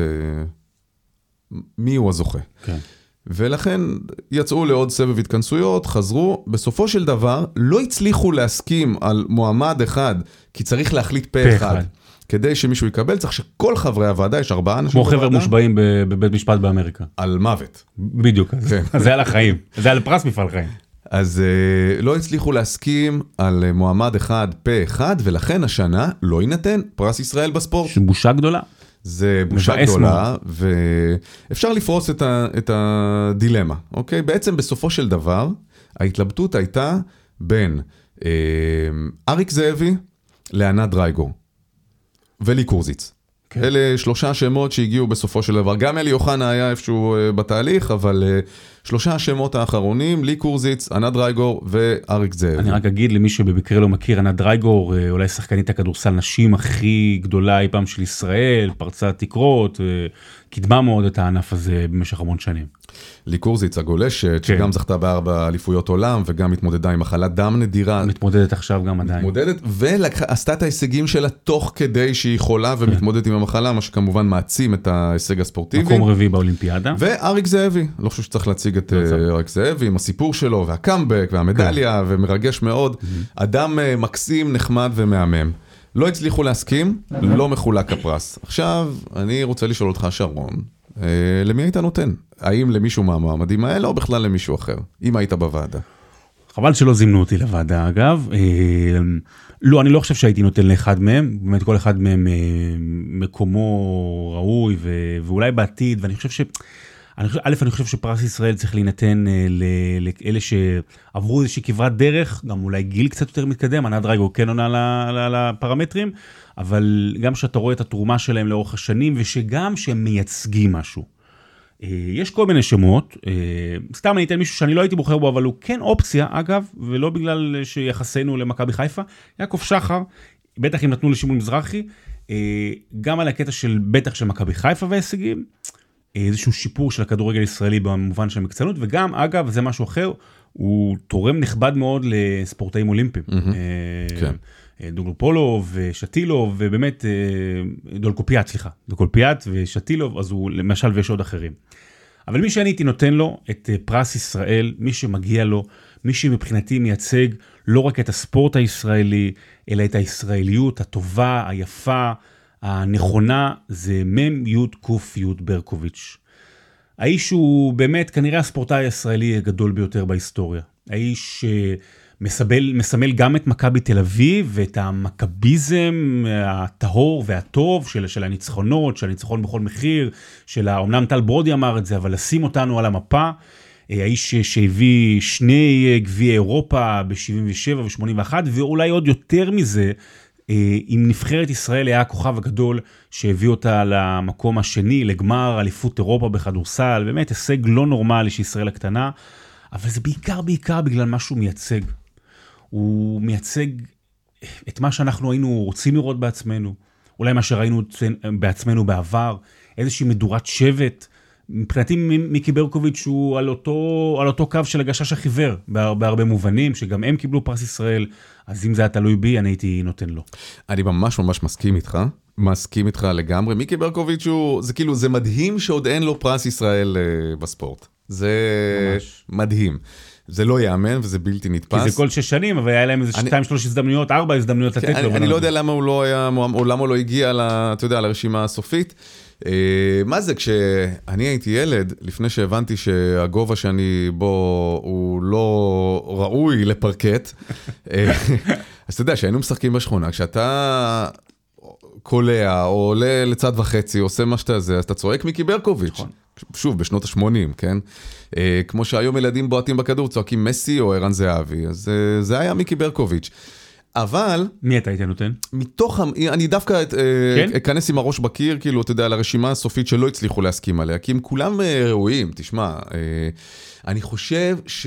מי הוא הזוכה. כן. ולכן יצאו לעוד סבב התכנסויות, חזרו, בסופו של דבר לא הצליחו להסכים על מועמד אחד, כי צריך להחליט פה, פה אחד. אחד. כדי שמישהו יקבל, צריך שכל חברי הוועדה, יש ארבעה אנשים כמו חבר מושבעים בבית משפט באמריקה. על מוות. בדיוק, כן. זה על החיים, זה על פרס מפעל חיים. אז uh, לא הצליחו להסכים על uh, מועמד אחד פה אחד, ולכן השנה לא יינתן פרס ישראל בספורט. שבושה גדולה. זה בושה גדולה, ואפשר לפרוס את, ה, את הדילמה, אוקיי? בעצם בסופו של דבר, ההתלבטות הייתה בין אה, אריק זאבי לענת דרייגור, ולי קורזיץ. כן. אלה שלושה שמות שהגיעו בסופו של דבר. גם אלי אוחנה היה איפשהו אה, בתהליך, אבל אה, שלושה השמות האחרונים, לי קורזיץ, ענת דרייגור ואריק זאבי. אני רק אגיד למי שבמקרה לא מכיר, ענת דרייגור, אה, אולי שחקנית הכדורסל נשים הכי גדולה אי פעם של ישראל, פרצה תקרות, אה, קידמה מאוד את הענף הזה במשך המון שנים. לי קורזיץ הגולשת, כן. שגם זכתה בארבע אליפויות עולם, וגם מתמודדה עם מחלת דם נדירה. מתמודדת עכשיו גם עדיין. מתמודדת, ועשתה את ההישגים שלה תוך כדי שהיא חולה ומתמודדת כן. עם המחלה, מה שכמובן מעצים את ההישג הספורטיבי. מקום רביעי באולימפיאדה. ואריק זאבי, לא חושב שצריך להציג את אריק זאבי, עם הסיפור שלו, והקאמבק, והמדליה, כן. ומרגש מאוד. Mm-hmm. אדם מקסים, נחמד ומהמם. לא הצליחו להסכים, לא מחולק הפרס. עכשיו, אני רוצה לשאול אותך, שרון, למי היית נותן? האם למישהו מהמועמדים האלה, או בכלל למישהו אחר? אם היית בוועדה. חבל שלא זימנו אותי לוועדה, אגב. לא, אני לא חושב שהייתי נותן לאחד מהם, באמת כל אחד מהם מקומו ראוי, ואולי בעתיד, ואני חושב ש... א', אני חושב שפרס ישראל צריך להינתן לאלה שעברו איזושהי כברת דרך, גם אולי גיל קצת יותר מתקדם, ענת דרייגור כן עונה לפרמטרים, אבל גם שאתה רואה את התרומה שלהם לאורך השנים, ושגם שהם מייצגים משהו. יש כל מיני שמות, סתם אני אתן מישהו שאני לא הייתי בוחר בו, אבל הוא כן אופציה, אגב, ולא בגלל שיחסנו למכבי חיפה, יעקב שחר, בטח אם נתנו לשמעון מזרחי, גם על הקטע של בטח של מכבי חיפה והישגים, איזשהו שיפור של הכדורגל הישראלי במובן של מקצוענות, וגם, אגב, זה משהו אחר, הוא תורם נכבד מאוד לספורטאים אולימפיים. כן. דולגופולוב ושטילוב, ובאמת, דולקופיאט, סליחה, דולקופיאט ושטילוב, אז הוא למשל ויש עוד אחרים. אבל מי שאני הייתי נותן לו את פרס ישראל, מי שמגיע לו, מי שמבחינתי מייצג לא רק את הספורט הישראלי, אלא את הישראליות הטובה, היפה, הנכונה, זה מם יוד קוף יוד ברקוביץ'. האיש הוא באמת כנראה הספורטאי הישראלי הגדול ביותר בהיסטוריה. האיש מסמל, מסמל גם את מכבי תל אביב, ואת המכביזם הטהור והטוב של, של הניצחונות, של הניצחון בכל מחיר, של אומנם טל ברודי אמר את זה, אבל לשים אותנו על המפה. האיש שהביא שני גביעי אירופה ב-שבעים ושבע ו-שמונים ואחת, ואולי עוד יותר מזה, עם נבחרת ישראל היה הכוכב הגדול שהביא אותה למקום השני, לגמר אליפות אירופה בכדורסל, באמת הישג לא נורמלי שישראל הקטנה, אבל זה בעיקר בעיקר בגלל מה שהוא מייצג. הוא מייצג את מה שאנחנו היינו רוצים לראות בעצמנו, אולי מה שראינו בעצמנו בעבר, איזושהי מדורת שבט. מבחינתי מיקי ברקוביץ' הוא על אותו, על אותו קו של הגשש החיוור, בהרבה מובנים, שגם הם קיבלו פרס ישראל, אז אם זה היה תלוי בי, אני הייתי נותן לו. אני ממש ממש מסכים איתך, מסכים איתך לגמרי. מיקי ברקוביץ' הוא, זה כאילו, זה מדהים שעוד אין לו פרס ישראל uh, בספורט. זה ממש. מדהים. זה לא יאמן וזה בלתי נתפס. כי זה כל שש שנים, אבל היה להם איזה שתיים, שלוש הזדמנויות, ארבע הזדמנויות לתת לו. אני לא יודע למה הוא לא היה, או למה הוא לא הגיע, אתה יודע, לרשימה הסופית. מה זה, כשאני הייתי ילד, לפני שהבנתי שהגובה שאני בו הוא לא ראוי לפרקט, אז אתה יודע, שהיינו משחקים בשכונה, כשאתה קולע או עולה לצד וחצי, עושה מה שאתה זה, אז אתה צועק מיקי ברקוביץ'. שוב, בשנות ה-שמונים, כן? כמו שהיום ילדים בועטים בכדור, צועקים מסי או ערן זהבי, אז זה היה מיקי ברקוביץ'. אבל... מי אתה היית נותן? מתוך... אני דווקא אכנס עם הראש בקיר, כאילו, אתה יודע, לרשימה הסופית שלא הצליחו להסכים עליה, כי הם כולם ראויים, תשמע, אני חושב ש...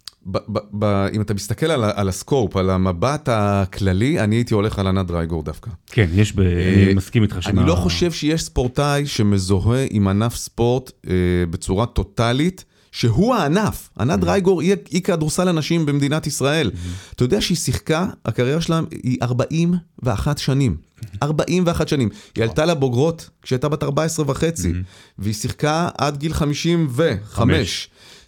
אם אתה מסתכל על הסקופ, על המבט הכללי, אני הייתי הולך על ענת דרייגור דווקא. כן, יש ב... אני מסכים איתך שמה... אני לא חושב שיש ספורטאי שמזוהה עם ענף ספורט בצורה טוטלית, שהוא הענף. ענת דרייגור היא כדורסל אנשים במדינת ישראל. אתה יודע שהיא שיחקה, הקריירה שלה היא ארבעים ואחת שנים. ארבעים ואחת שנים. היא עלתה לבוגרות כשהייתה בת ארבע עשרה וחצי, והיא שיחקה עד גיל חמישים וחמש.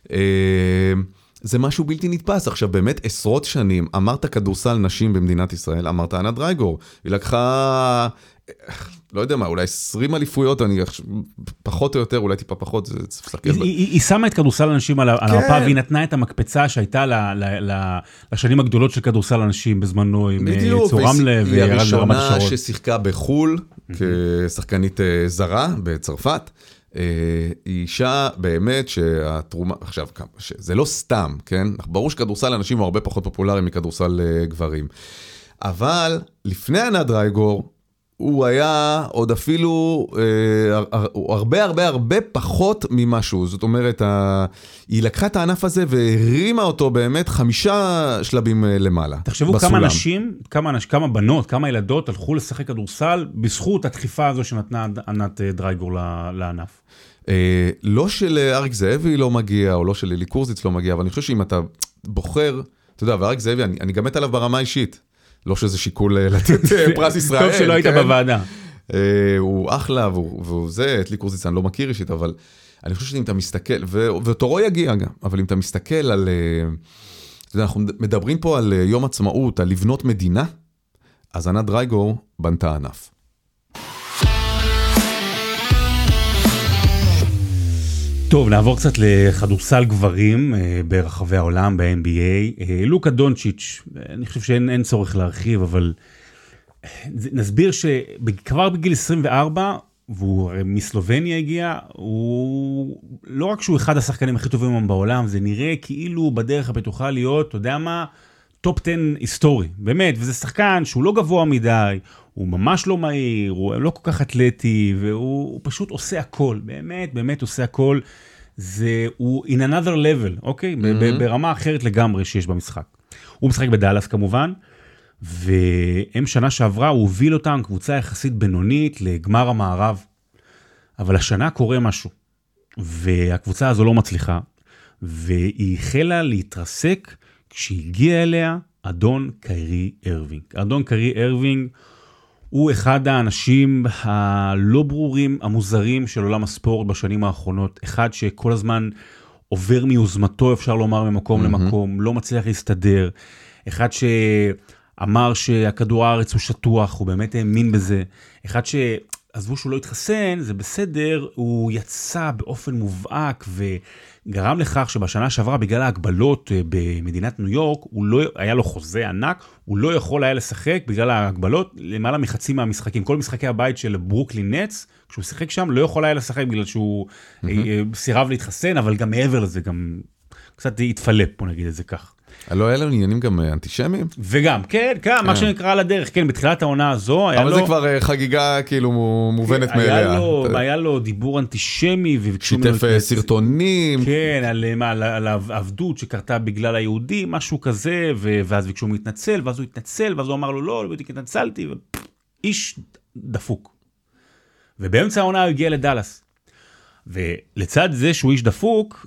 זה משהו בלתי נתפס. עכשיו באמת עשרות שנים, אמרת כדורסל נשים במדינת ישראל, אמרת ענת דרייגור. היא לקחה... לא יודע מה, אולי עשרים אליפויות, אני פחות או יותר, אולי טיפה פחות, זה צריך להסתכל. היא שמה את כדורסל אנשים על המפה, והיא נתנה את המקפצה שהייתה לשנים הגדולות של כדורסל אנשים בזמנו, עם צורמלה היא הראשונה ששיחקה בחול, כשחקנית זרה בצרפת. היא אישה באמת שהתרומה, עכשיו, זה לא סתם, כן? ברור שכדורסל אנשים הוא הרבה פחות פופולרי מכדורסל גברים. אבל לפני ענת דרייגור, הוא היה עוד אפילו אה, הרבה הרבה הרבה פחות ממשהו. זאת אומרת, ה... היא לקחה את הענף הזה והרימה אותו באמת חמישה שלבים למעלה. תחשבו בסולם. כמה אנשים, כמה, אנש, כמה בנות, כמה ילדות הלכו לשחק כדורסל בזכות הדחיפה הזו שנתנה ענת דרייגור לענף. אה, לא של אריק זאבי לא מגיע, או לא של לילי קורזיץ לא מגיע, אבל אני חושב שאם אתה בוחר, אתה יודע, ואריק זאבי, אני, אני גם מת עליו ברמה אישית. לא שזה שיקול לתת פרס ישראל. טוב שלא היית בוועדה. הוא אחלה, והוא זה, את לי קורזיץ אני לא מכיר אישית, אבל אני חושב שאם אתה מסתכל, ותורו יגיע גם, אבל אם אתה מסתכל על, אנחנו מדברים פה על יום עצמאות, על לבנות מדינה, אז ענת דרייגור בנתה ענף. טוב, נעבור קצת לכדורסל גברים ברחבי העולם, ב-אן בי איי. לוקה דונצ'יץ', אני חושב שאין אין צורך להרחיב, אבל נסביר שכבר בגיל עשרים וארבע, והוא מסלובניה הגיע, הוא לא רק שהוא אחד השחקנים הכי טובים בעולם, זה נראה כאילו בדרך הבטוחה להיות, אתה יודע מה, טופ עשר היסטורי, באמת, וזה שחקן שהוא לא גבוה מדי, הוא ממש לא מהיר, הוא לא כל כך אתלטי, והוא פשוט עושה הכל, באמת, באמת עושה הכל, זה, הוא in another level, אוקיי? Mm-hmm. ברמה אחרת לגמרי שיש במשחק. הוא משחק בדלס כמובן, והם שנה שעברה, הוא הוביל אותם קבוצה יחסית בינונית לגמר המערב, אבל השנה קורה משהו, והקבוצה הזו לא מצליחה, והיא החלה להתרסק כשהגיע אליה אדון קיירי ארווינג. אדון קיירי ארווינג הוא אחד האנשים הלא ברורים, המוזרים של עולם הספורט בשנים האחרונות, אחד שכל הזמן עובר מיוזמתו, אפשר לומר, ממקום mm-hmm. למקום, לא מצליח להסתדר, אחד שאמר שהכדור הארץ הוא שטוח, הוא באמת האמין בזה, אחד שעזבו שהוא לא התחסן, זה בסדר, הוא יצא באופן מובהק וגרם לכך שבשנה שעברה בגלל ההגבלות במדינת ניו יורק, הוא לא, היה לו חוזה ענק, הוא לא יכול היה לשחק בגלל ההגבלות, למעלה מחצי מהמשחקים, כל משחקי הבית של ברוקלין נטס, כשהוא שיחק שם לא יכול היה לשחק בגלל שהוא mm-hmm. סירב להתחסן, אבל גם מעבר לזה, גם קצת התפלפ, בוא נגיד את זה כך. לא היה לו עניינים גם אנטישמיים? וגם, כן, כן, מה שנקרא על הדרך, כן, בתחילת העונה הזו, היה לו... אבל זה כבר חגיגה כאילו מובנת מאליה. היה לו דיבור אנטישמי, שיתף סרטונים. כן, על העבדות שקרתה בגלל היהודי, משהו כזה, ואז כשהוא מתנצל, ואז הוא התנצל, ואז הוא אמר לו, לא, לא בדיוק התנצלתי, איש דפוק. ובאמצע העונה הוא הגיע לדלס. ולצד זה שהוא איש דפוק,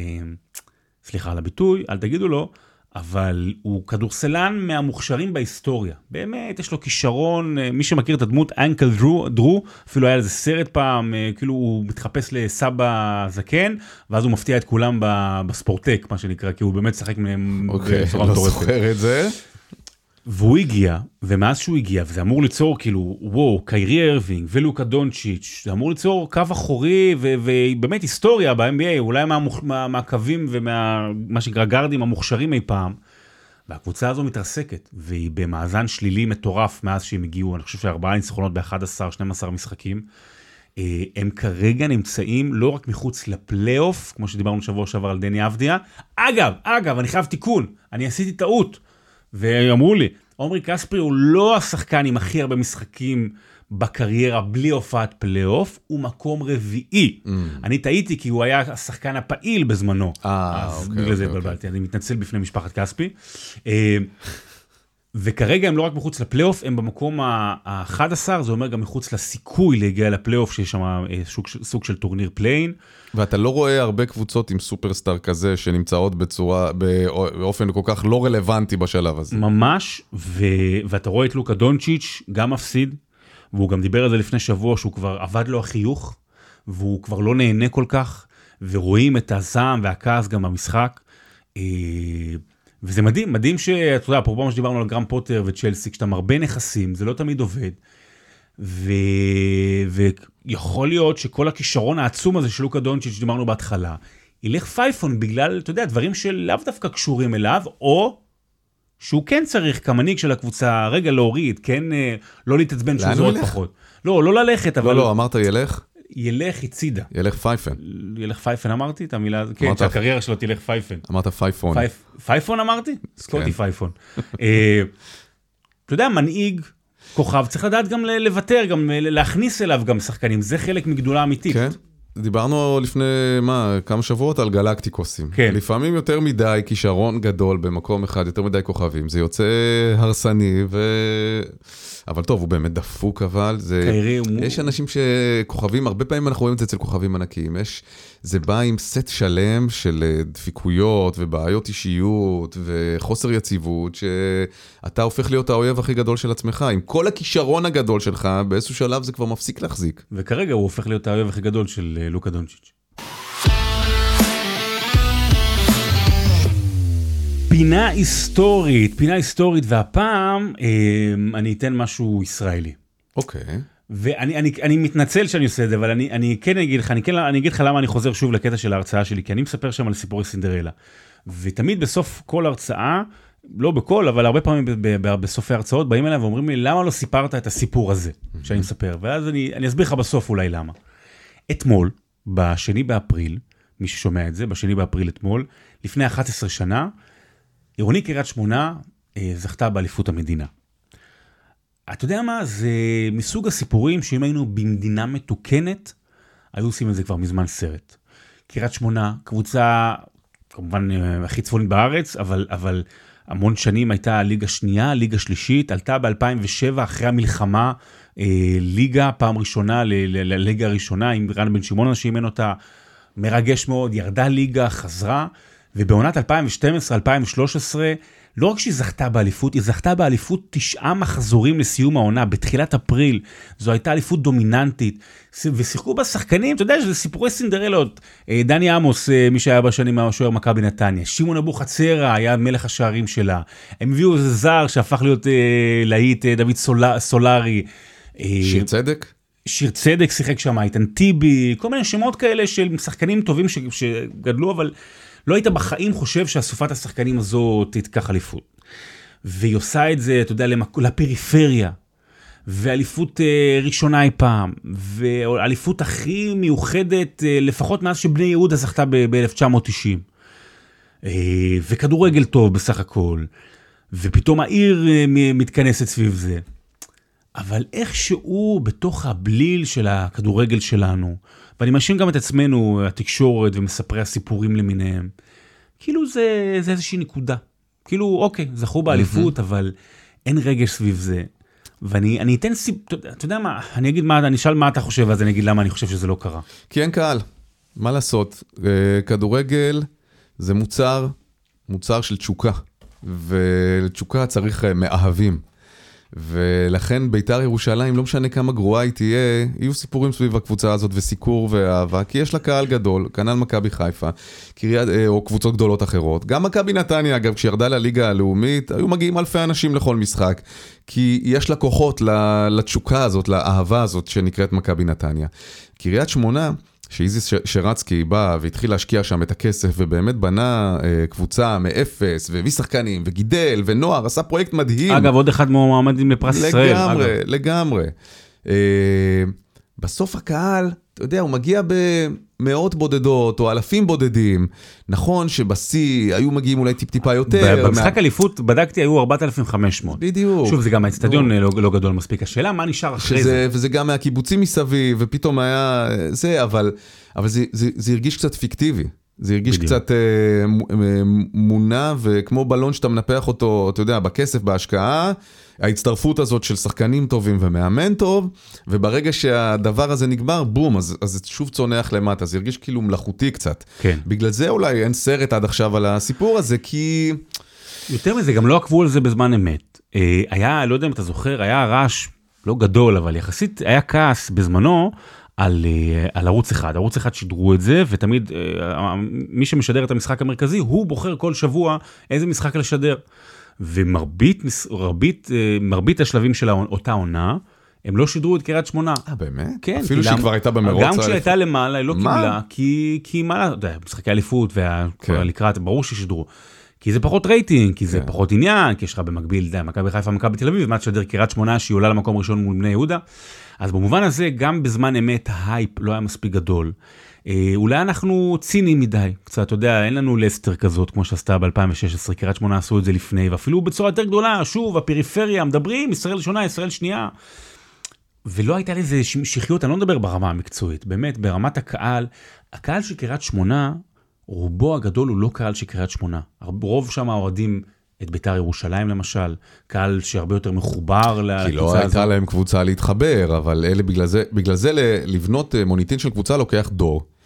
סליחה על הביטוי, אל תגידו לו, אבל הוא כדורסלן מהמוכשרים בהיסטוריה. באמת, יש לו כישרון, מי שמכיר את הדמות, אנקל דרו, דרו, אפילו היה לזה סרט פעם, כאילו הוא מתחפש לסבא זקן, ואז הוא מפתיע את כולם בספורטק, מה שנקרא, כי הוא באמת שחק מהם בצורה מטורפת. אוקיי, לא זוכר את זה. והוא הגיע, ומאז שהוא הגיע, וזה אמור ליצור כאילו, וואו, קיירי ארווינג ולוקה דונצ'יץ', זה אמור ליצור קו אחורי, ובאמת היסטוריה ב-אן בי איי, אולי מהקווים ומה שנקרא גארדים המוכשרים אי פעם, והקבוצה הזו מתרסקת, והיא במאזן שלילי מטורף מאז שהם הגיעו, אני חושב שארבעה ניצחונות ב-אחד עשר שנים עשר משחקים, הם כרגע נמצאים לא רק מחוץ לפלייאוף, כמו שדיברנו שבוע שעבר על דני אבדיה, אגב, אגב, אני חייב תיקון, אני עשיתי טעות, ואמרו לי, עומרי כספרי הוא לא השחקן עם הכי הרבה משחקים בקריירה בלי הופעת פלייאוף, הוא מקום רביעי. Mm. אני טעיתי כי הוא היה השחקן הפעיל בזמנו. אה, אז אוקיי, בגלל זה אוקיי. בלבלתי, אני מתנצל בפני משפחת כספי. וכרגע הם לא רק מחוץ לפלייאוף, הם במקום ה-אחד עשר, זה אומר גם מחוץ לסיכוי להגיע לפלייאוף, שיש שם סוג של טורניר פליין. ואתה לא רואה הרבה קבוצות עם סופרסטאר כזה, שנמצאות בצורה, באופן כל כך לא רלוונטי בשלב הזה. ממש, ו... ואתה רואה את לוקה דונצ'יץ' גם מפסיד, והוא גם דיבר על זה לפני שבוע, שהוא כבר עבד לו החיוך, והוא כבר לא נהנה כל כך, ורואים את הזעם והכעס גם במשחק, וזה מדהים, מדהים שאתה יודע, אפרופו מה שדיברנו על גרם פוטר וצ'לסי, כשאתה מרבה נכסים, זה לא תמיד עובד, ו... ויכול להיות שכל הכישרון העצום הזה של לוקה דונצ'יץ' שדיברנו בהתחלה, ילך פייפון בגלל, אתה יודע, דברים שלאו דווקא קשורים אליו, או שהוא כן צריך כמנהיג של הקבוצה, רגע להוריד, כן לא להתעצבן שהוא זורק פחות. לא, לא ללכת, אבל... לא, לא, אמרת ילך? ילך הצידה. ילך פייפן. ילך פייפן אמרתי את המילה הזאת? כן, שהקריירה שלו תלך פייפן. אמרת פייפון. פייפון אמרתי? סקוטי פייפון. אתה יודע, מנהיג, כוכב, צריך לדעת גם לוותר, גם להכניס אליו גם שחקנים, זה חלק מגדולה אמיתית. כן, דיברנו לפני, מה, כמה שבועות על גלקטיקוסים. כן. לפעמים יותר מדי כישרון גדול במקום אחד, יותר מדי כוכבים, זה יוצא הרסני ו... אבל טוב, הוא באמת דפוק, אבל זה... יש אנשים שכוכבים, הרבה פעמים אנחנו רואים את זה אצל כוכבים ענקיים, יש... זה בא עם סט שלם של דפיקויות ובעיות אישיות וחוסר יציבות, שאתה הופך להיות האויב הכי גדול של עצמך. עם כל הכישרון הגדול שלך, באיזשהו שלב זה כבר מפסיק להחזיק. וכרגע הוא הופך להיות האויב הכי גדול של לוקה דונצ'יץ'. פינה היסטורית, פינה היסטורית, והפעם אני אתן משהו ישראלי. אוקיי. ואני אני, אני מתנצל שאני עושה את זה, אבל אני, אני כן אגיד לך, אני, כן, אני אגיד לך למה אני חוזר שוב לקטע של ההרצאה שלי, כי אני מספר שם על סיפורי סינדרלה. ותמיד בסוף כל הרצאה, לא בכל, אבל הרבה פעמים בסופי הרצאות, באים אליי ואומרים לי, למה לא סיפרת את הסיפור הזה שאני מספר? ואז אני, אני אסביר לך בסוף אולי למה. אתמול, בשני באפריל, מי ששומע את זה, בשני באפריל אתמול, לפני אחת עשרה שנה, עירוני קריית שמונה אה, זכתה באליפות המדינה. אתה יודע מה? זה מסוג הסיפורים שאם היינו במדינה מתוקנת, היו עושים את זה כבר מזמן סרט. קריית שמונה, קבוצה, כמובן הכי צפונית בארץ, אבל, אבל המון שנים הייתה ליגה שנייה, ליגה שלישית, עלתה ב-אלפיים ושבע אחרי המלחמה, אה, ליגה, פעם ראשונה לליגה הראשונה, עם רן בן שמעון אנשים אין אותה, מרגש מאוד, ירדה ליגה, חזרה, ובעונת אלפיים ושתים עשרה אלפיים ושלוש עשרה, לא רק שהיא זכתה באליפות, היא זכתה באליפות תשעה מחזורים לסיום העונה, בתחילת אפריל, זו הייתה אליפות דומיננטית, ושיחקו בה שחקנים, אתה יודע שזה סיפורי סינדרלות, דני עמוס, מי שהיה בשנים השוער מכבי נתניה, שמעון אבוחצירא היה מלך השערים שלה, הם הביאו איזה זר שהפך להיות להיט, דוד סולרי. שיר צדק? שיר צדק שיחק שם, איתן טיבי, כל מיני שמות כאלה של שחקנים טובים שגדלו, אבל לא היית בחיים חושב שהסופת השחקנים הזו תתקח אליפות. והיא עושה את זה, אתה יודע, לפריפריה, ואליפות ראשונה אי פעם, ואליפות הכי מיוחדת, לפחות מאז שבני יהודה זכתה ב-אלף תשע מאות תשעים. וכדורגל טוב בסך הכל, ופתאום העיר מתכנסת סביב זה. אבל איכשהו בתוך הבליל של הכדורגל שלנו, ואני מאשים גם את עצמנו, התקשורת ומספרי הסיפורים למיניהם, כאילו זה, זה איזושהי נקודה. כאילו, אוקיי, זכו באליפות, אבל אין רגש סביב זה. ואני אני אתן סיב... אתה יודע מה, אני אגיד מה, אני אשאל מה אתה חושב, אז אני אגיד למה אני חושב שזה לא קרה. כי אין קהל. מה לעשות? כדורגל זה מוצר, מוצר של תשוקה. ולתשוקה צריך מאהבים. ולכן ביתר ירושלים, לא משנה כמה גרועה היא תהיה, יהיו סיפורים סביב הקבוצה הזאת וסיקור ואהבה, כי יש לה קהל גדול, כנ"ל מכבי חיפה, קריית, או קבוצות גדולות אחרות. גם מכבי נתניה, אגב, כשירדה לליגה הלאומית, היו מגיעים אלפי אנשים לכל משחק, כי יש לה כוחות לתשוקה הזאת, לאהבה הזאת שנקראת מכבי נתניה. קריית שמונה, שאיזיס שרצקי בא והתחיל להשקיע שם את הכסף, ובאמת בנה אה, קבוצה מאפס, והביא שחקנים, וגידל, ונוער, עשה פרויקט מדהים. אגב, עוד אחד מועמדים לפרס ישראל. לגמרי, לגמרי. אה, בסוף הקהל, אתה יודע, הוא מגיע במאות בודדות, או אלפים בודדים. נכון שבשיא היו מגיעים אולי טיפ-טיפה יותר. במשחק מה... אליפות, בדקתי, היו ארבעת אלפים וחמש מאות. בדיוק. שוב, זה גם האצטדיון לא, לא גדול מספיק. השאלה, מה נשאר אחרי שזה, זה? וזה גם מהקיבוצים מסביב, ופתאום היה זה, אבל, אבל זה, זה, זה הרגיש קצת פיקטיבי. זה הרגיש בדיוק. קצת אה, מונע, וכמו בלון שאתה מנפח אותו, אתה יודע, בכסף, בהשקעה, ההצטרפות הזאת של שחקנים טובים ומאמן טוב, וברגע שהדבר הזה נגמר, בום, אז, אז זה שוב צונח למטה, זה הרגיש כאילו מלאכותי קצת. כן. בגלל זה אולי אין סרט עד עכשיו על הסיפור הזה, כי... יותר מזה, גם לא עקבו על זה בזמן אמת. אה, היה, לא יודע אם אתה זוכר, היה רעש לא גדול, אבל יחסית היה כעס בזמנו, על, על ערוץ אחד. ערוץ אחד שידרו את זה, ותמיד מי שמשדר את המשחק המרכזי, הוא בוחר כל שבוע איזה משחק לשדר. ומרבית רבית, מרבית השלבים של אותה עונה, הם לא שידרו את קריית שמונה. אה, באמת? כן. אפילו שהיא כבר הייתה במרוץ. גם כשהיא הייתה למעלה, היא לא קיבלה, כי, כי מה, אתה יודע, משחקי אליפות, והלקראת, ברור ששידרו. כי זה פחות רייטינג, כי זה פחות עניין, כי יש לך במקביל, די, מכבי חיפה, מכבי תל אביב, ומה תשדר קריית שמונה, שהיא עולה למקום ראשון מול בני יהודה. אז במובן הזה, גם בזמן אמת, ההייפ לא היה מספיק גדול. אה, אולי אנחנו ציניים מדי, קצת, אתה יודע, אין לנו לסטר כזאת, כמו שעשתה ב-אלפיים ושש עשרה, קריית שמונה עשו את זה לפני, ואפילו בצורה יותר גדולה, שוב, הפריפריה, מדברים, ישראל ראשונה, ישראל שנייה. ולא הייתה לזה שחיות, אני לא מדבר ברמה המקצועית, באמת, ברמת הקהל, הקהל של קריית שמונה, רובו הגדול הוא לא קהל של קריית שמונה. רוב שם האוהדים את ביתר ירושלים למשל, קהל שהרבה יותר מחובר לקבוצה הזאת. כי לא הייתה להם קבוצה להתחבר, אבל אלה בגלל זה, בגלל זה לבנות מוניטין של קבוצה לוקח דור.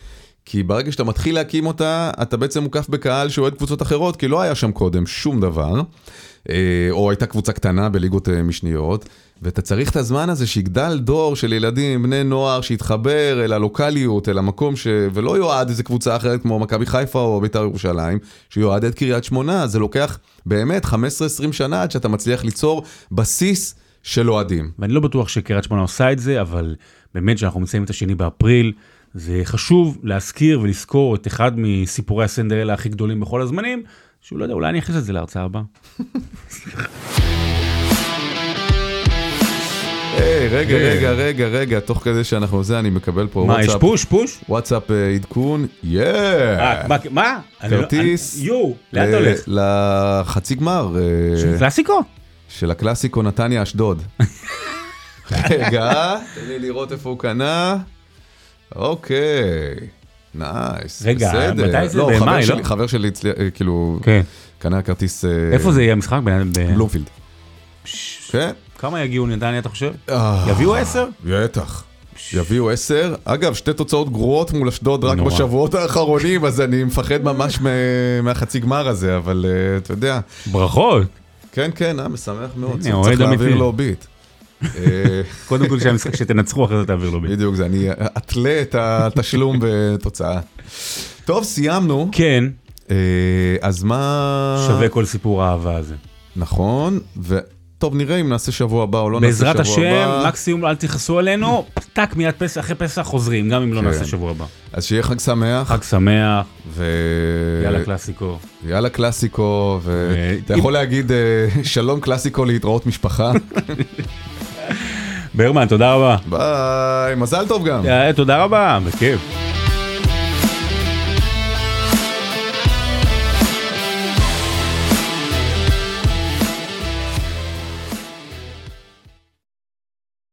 כי ברגע שאתה מתחיל להקים אותה, אתה בעצם מוקף בקהל שאוהד קבוצות אחרות, כי לא היה שם קודם שום דבר, או הייתה קבוצה קטנה בליגות משניות, ואתה צריך את הזמן הזה שיגדל דור של ילדים, בני נוער, שיתחבר אל הלוקליות, אל המקום ש... ולא יועד איזה קבוצה אחרת כמו מכבי חיפה או בית"ר ירושלים, שיועד את קריית שמונה. זה לוקח באמת חמש עשרה עשרים שנה עד שאתה מצליח ליצור בסיס של אוהדים. ואני לא בטוח שקריית שמונה עושה את זה, אבל באמת שאנחנו מציינים את השני באפריל, זה חשוב להזכיר ולזכור את אחד מסיפורי הסנדרלה הכי גדולים בכל הזמנים, שהוא לא יודע, אולי אני אכניס את זה להרצאה הבאה. היי, רגע, רגע, רגע, רגע, תוך כדי שאנחנו זה, אני מקבל פה וואטסאפ. מה, יש פוש, פוש? וואטסאפ עדכון, יא! מה? כרטיס. יו, לאן אתה הולך? לחצי גמר. של קלאסיקו? של הקלאסיקו נתניה אשדוד. רגע, תן לי לראות איפה הוא קנה. אוקיי, נייס, רגע, בסדר. מתי זה? לא, במאי, חבר לא? שלי, חבר שלי, כאילו, קנה כרטיס... איפה זה יהיה המשחק? בלומפילד. כן. כמה יגיעו נתניה, אתה חושב? יביאו עשר? בטח. יביאו עשר. אגב, שתי תוצאות גרועות מול אשדוד רק בשבועות האחרונים, אז אני מפחד ממש מהחצי גמר הזה, אבל אתה יודע. ברכות. כן, כן, משמח מאוד. צריך להעביר לו ביט. קודם כל שתנצחו אחרי זה תעביר לו ביט. בדיוק, זה אני אתלה את התשלום בתוצאה. טוב, סיימנו. כן. אז מה... שווה כל סיפור האהבה הזה. נכון, ו... טוב, נראה אם נעשה שבוע הבא או לא נעשה שבוע הבא. בעזרת השם, מקסימום אל תכעסו עלינו, טק מיד פסח, אחרי פסח חוזרים, גם אם לא נעשה שבוע הבא. אז שיהיה חג שמח. חג שמח. ו... יאללה קלאסיקו. יאללה קלאסיקו, ואתה יכול להגיד שלום קלאסיקו להתראות משפחה. ברמן, תודה רבה. ביי, מזל טוב גם. תודה רבה, בכיף.